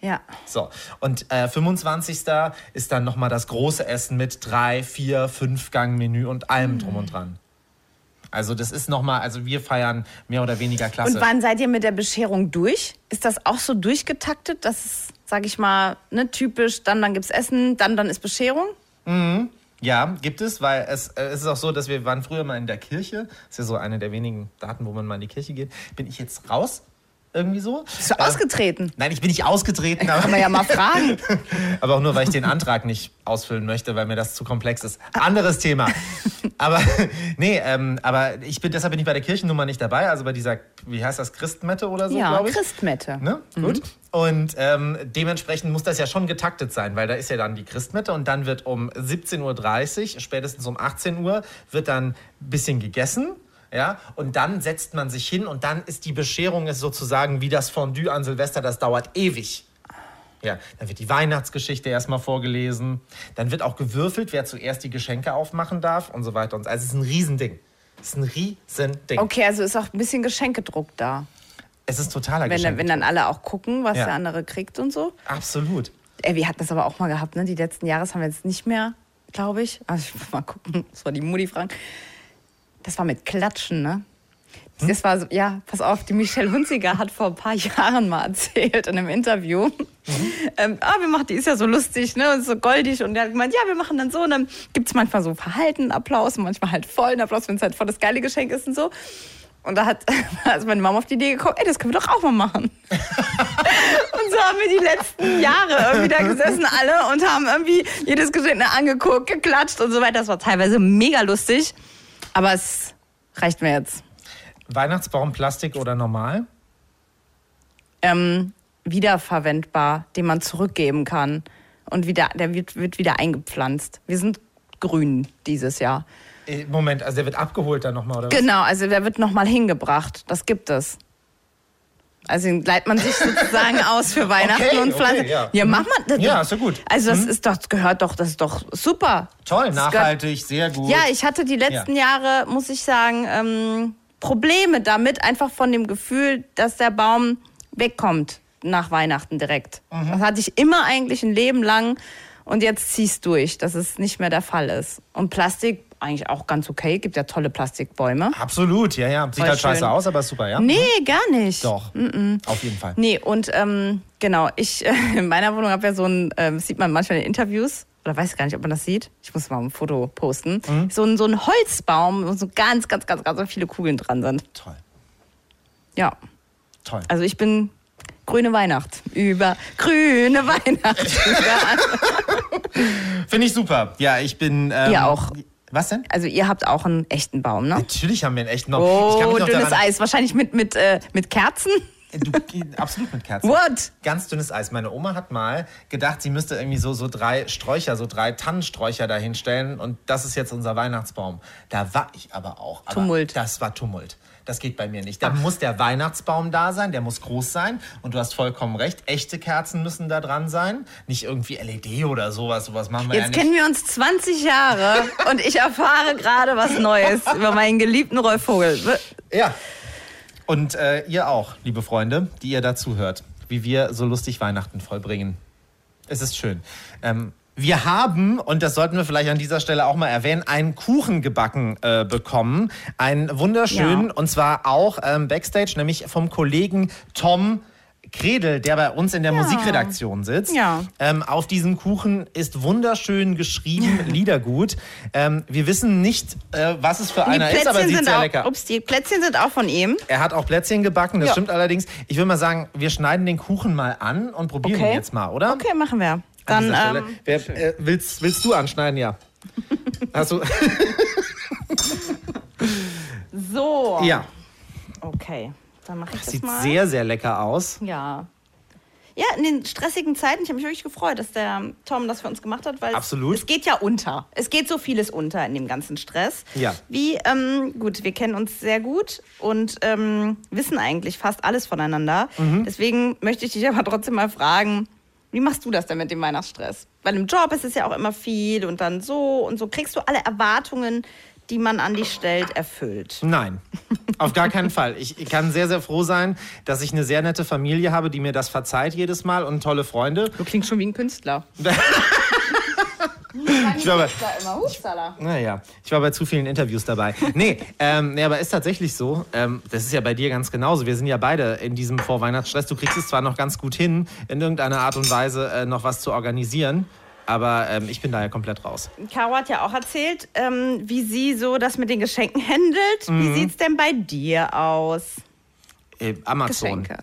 Ja. So, und 25. ist dann nochmal das große Essen mit 3, 4, 5 Gang-Menü und allem drum und dran. Also das ist nochmal, also wir feiern mehr oder weniger klasse. Und wann seid ihr mit der Bescherung durch? Ist das auch so durchgetaktet, dass es, sag ich mal, ne, typisch, dann gibt's Essen, dann ist Bescherung? Ja, gibt es, weil es ist auch so, dass wir waren früher mal in der Kirche. Das ist ja so eine der wenigen Daten, wo man mal in die Kirche geht. Bin ich jetzt raus? Irgendwie so. Bist du ausgetreten? Nein, ich bin nicht ausgetreten. Kann man ja mal fragen. Aber auch nur, weil ich den Antrag nicht ausfüllen möchte, weil mir das zu komplex ist. Anderes Thema. Aber nee, aber deshalb bin ich bei der Kirchennummer nicht dabei. Also bei dieser, wie heißt das, Christmette oder so, Ja, glaube ich. Christmette. Ne? Gut. Und dementsprechend muss das ja schon getaktet sein, weil da ist ja dann die Christmette und dann wird um 17.30 Uhr, spätestens um 18 Uhr, wird dann ein bisschen gegessen. Ja, und dann setzt man sich hin und dann ist die Bescherung sozusagen wie das Fondue an Silvester, das dauert ewig. Ja, dann wird die Weihnachtsgeschichte erstmal vorgelesen, dann wird auch gewürfelt, wer zuerst die Geschenke aufmachen darf und so weiter. Also es ist ein Riesending. Es ist ein Riesending. Okay, also ist auch ein bisschen Geschenkedruck da. Es ist totaler Wenn Geschenkedruck. dann alle auch gucken, was Ja. der andere kriegt und so. Absolut. Wir hatten das aber auch mal gehabt, ne? Die letzten Jahre haben wir jetzt nicht mehr, glaube ich. Also ich muss mal gucken, das war die Mutti fragen. Das war mit Klatschen, ne? Das war so, ja, pass auf, die Michelle Hunziker hat vor ein paar Jahren mal erzählt in einem Interview. Die ist ja so lustig, ne, und so goldig. Und der hat gemeint, ja, wir machen dann so. Und dann gibt es manchmal so verhaltenen Applaus und manchmal halt vollen Applaus, wenn es halt voll das geile Geschenk ist und so. Und da hat also meine Mama auf die Idee gekommen, das können wir doch auch mal machen. Und so haben wir die letzten Jahre irgendwie da gesessen alle und haben irgendwie jedes Geschenk angeguckt, geklatscht und so weiter. Das war teilweise mega lustig. Aber es reicht mir jetzt. Weihnachtsbaum, Plastik oder normal? Wiederverwendbar, den man zurückgeben kann. Und der wird wieder eingepflanzt. Wir sind grün dieses Jahr. Moment, also der wird abgeholt dann nochmal, oder was? Genau, also der wird nochmal hingebracht. Das gibt es. Also den leiht man sich sozusagen aus für Weihnachten und Pflanzen. ja. Mach mal. Das Ja, ist ja gut. Also das das ist doch super. Toll, Das nachhaltig, sehr gut. Ja, ich hatte die letzten Jahre, muss ich sagen, Probleme damit, einfach von dem Gefühl, dass der Baum wegkommt nach Weihnachten direkt. Das hatte ich immer eigentlich ein Leben lang und jetzt zieh's durch, dass es nicht mehr der Fall ist. Und Plastik eigentlich auch ganz okay, gibt ja tolle Plastikbäume. Absolut, ja. Sieht Voll halt scheiße schön. aus, aber ist super, ja? Nee, gar nicht. Doch, auf jeden Fall. Nee, und genau, ich in meiner Wohnung habe ja so ein, sieht man manchmal in Interviews, oder weiß gar nicht, ob man das sieht. Ich muss mal ein Foto posten. So ein Holzbaum, wo so ganz viele Kugeln dran sind. Toll. Ja, Toll. also ich bin grüne Weihnacht. Über grüne Weihnacht. Finde ich super. Ja, ich bin... Ihr auch. Was denn? Also ihr habt auch einen echten Baum, ne? Natürlich haben wir einen echten Baum. Oh, dünnes Eis. Wahrscheinlich mit Kerzen? Absolut mit Kerzen. What? Ganz dünnes Eis. Meine Oma hat mal gedacht, sie müsste irgendwie so 3 Sträucher, so 3 Tannensträucher da hinstellen und das ist jetzt unser Weihnachtsbaum. Da war ich aber auch. Aber Tumult. Das war Tumult. Das geht bei mir nicht. Da muss der Weihnachtsbaum da sein, der muss groß sein. Und du hast vollkommen recht, echte Kerzen müssen da dran sein. Nicht irgendwie LED oder sowas. Sowas machen wir ja Jetzt nicht. kennen wir uns 20 Jahre und ich erfahre gerade was Neues über meinen geliebten Rolf Vogel. Ja. Und ihr auch, liebe Freunde, die ihr dazu hört, wie wir so lustig Weihnachten vollbringen. Es ist schön. Wir haben, und das sollten wir vielleicht an dieser Stelle auch mal erwähnen, einen Kuchen gebacken bekommen. Einen wunderschönen, und zwar auch Backstage, nämlich vom Kollegen Tom Kredel, der bei uns in der Musikredaktion sitzt. Ja. Auf diesem Kuchen ist wunderschön geschrieben, Liedergut. Wir wissen nicht, was es für einer ist, aber es sieht sehr lecker. Ups, die Plätzchen sind auch von ihm. Er hat auch Plätzchen gebacken, das stimmt allerdings. Ich würde mal sagen, wir schneiden den Kuchen mal an und probieren ihn jetzt mal, oder? Okay, machen wir. An Dann, dieser Stelle. Willst du anschneiden? Ja. Hast du? so. Ja. Okay, dann mache ich das Sieht mal. sehr, sehr lecker aus. Ja. Ja, in den stressigen Zeiten, ich habe mich wirklich gefreut, dass der Tom das für uns gemacht hat, weil Absolut. es geht ja unter. Es geht so vieles unter in dem ganzen Stress. Ja. Wie, gut, wir kennen uns sehr gut und wissen eigentlich fast alles voneinander. Deswegen möchte ich dich aber trotzdem mal fragen, wie machst du das denn mit dem Weihnachtsstress? Weil im Job ist es ja auch immer viel und dann so und so. Kriegst du alle Erwartungen die man an dich stellt, erfüllt? Nein, auf gar keinen Fall. Ich kann sehr, sehr froh sein, dass ich eine sehr nette Familie habe, die mir das verzeiht jedes Mal und tolle Freunde. Du klingst schon wie ein Künstler. Ich war bei zu vielen Interviews dabei. Nee, aber ist tatsächlich so. Das ist ja bei dir ganz genauso. Wir sind ja beide in diesem Vorweihnachtsstress. Du kriegst es zwar noch ganz gut hin, in irgendeiner Art und Weise noch was zu organisieren. Aber ich bin da ja komplett raus. Caro hat ja auch erzählt, wie sie so das mit den Geschenken handelt. Wie sieht's denn bei dir aus? Amazon. Geschenke.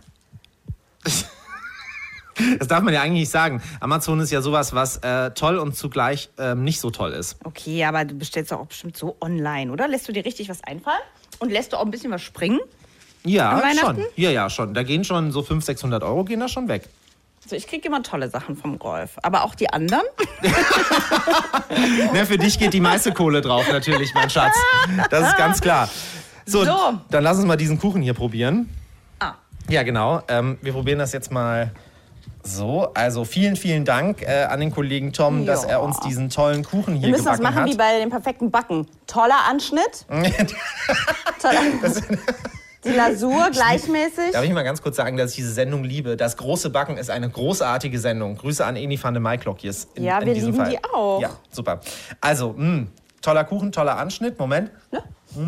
Das darf man ja eigentlich nicht sagen. Amazon ist ja sowas, was toll und zugleich nicht so toll ist. Okay, aber du bestellst doch auch bestimmt so online, oder? Lässt du dir richtig was einfallen? Und lässt du auch ein bisschen was springen? Ja, an Weihnachten? schon. Ja, schon. Da gehen schon so 500-600 Euro gehen da schon weg. Also ich kriege immer tolle Sachen vom Rolf. Aber auch die anderen? Ne, für dich geht die meiste Kohle drauf natürlich, mein Schatz. Das ist ganz klar. So, dann lass uns mal diesen Kuchen hier probieren. Ja, genau. Wir probieren das jetzt mal so. Also vielen, vielen Dank an den Kollegen Tom, dass er uns diesen tollen Kuchen hier gebacken hat. Wir müssen das machen wie bei dem perfekten Backen. Toller Anschnitt. Die Lasur gleichmäßig. Darf ich mal ganz kurz sagen, dass ich diese Sendung liebe? Das große Backen ist eine großartige Sendung. Grüße an Eni van de Maiklok hier. Ja, wir lieben die auch. Ja, super. Also, toller Kuchen, toller Anschnitt. Moment. Ja.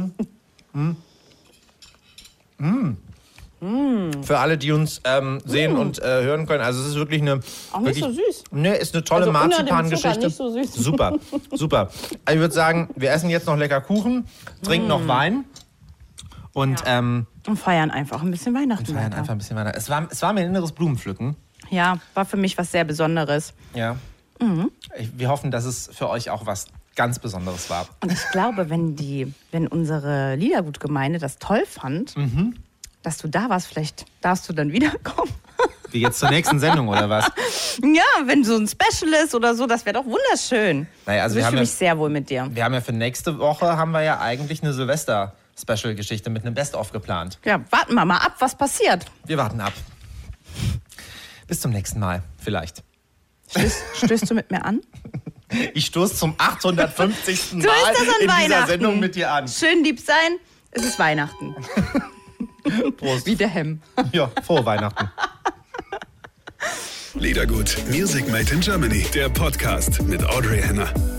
Für alle, die uns sehen und hören können. Also es ist wirklich eine... Auch nicht so süß. Ne, ist eine tolle Marzipan-Geschichte. Nicht so süß. Super, super. Also ich würde sagen, wir essen jetzt noch lecker Kuchen, trinken noch Wein und feiern einfach ein bisschen Weihnachten. Es war mir ein inneres Blumenpflücken. Ja, war für mich was sehr Besonderes. Ja. Wir hoffen, dass es für euch auch was ganz Besonderes war. Und ich glaube, wenn unsere Liedergutgemeinde das toll fand, dass du da warst, vielleicht darfst du dann wiederkommen. Wie jetzt zur nächsten Sendung, oder was? Ja, wenn so ein Special ist oder so, das wäre doch wunderschön. Naja, also ich fühle mich sehr wohl mit dir. Wir haben ja für nächste Woche eigentlich eine Silvester-Special-Geschichte mit einem Best-of geplant. Ja, warten wir mal ab, was passiert. Wir warten ab. Bis zum nächsten Mal, vielleicht. Stößt du mit mir an? Ich stoße zum 850. Mal so ist das an in Weihnachten. dieser Sendung mit dir an. Schön lieb sein, es ist Weihnachten. Prost. Wie der Hemm. Ja, frohe Weihnachten. Liedergut, Music Made in Germany, der Podcast mit Audrey Henner.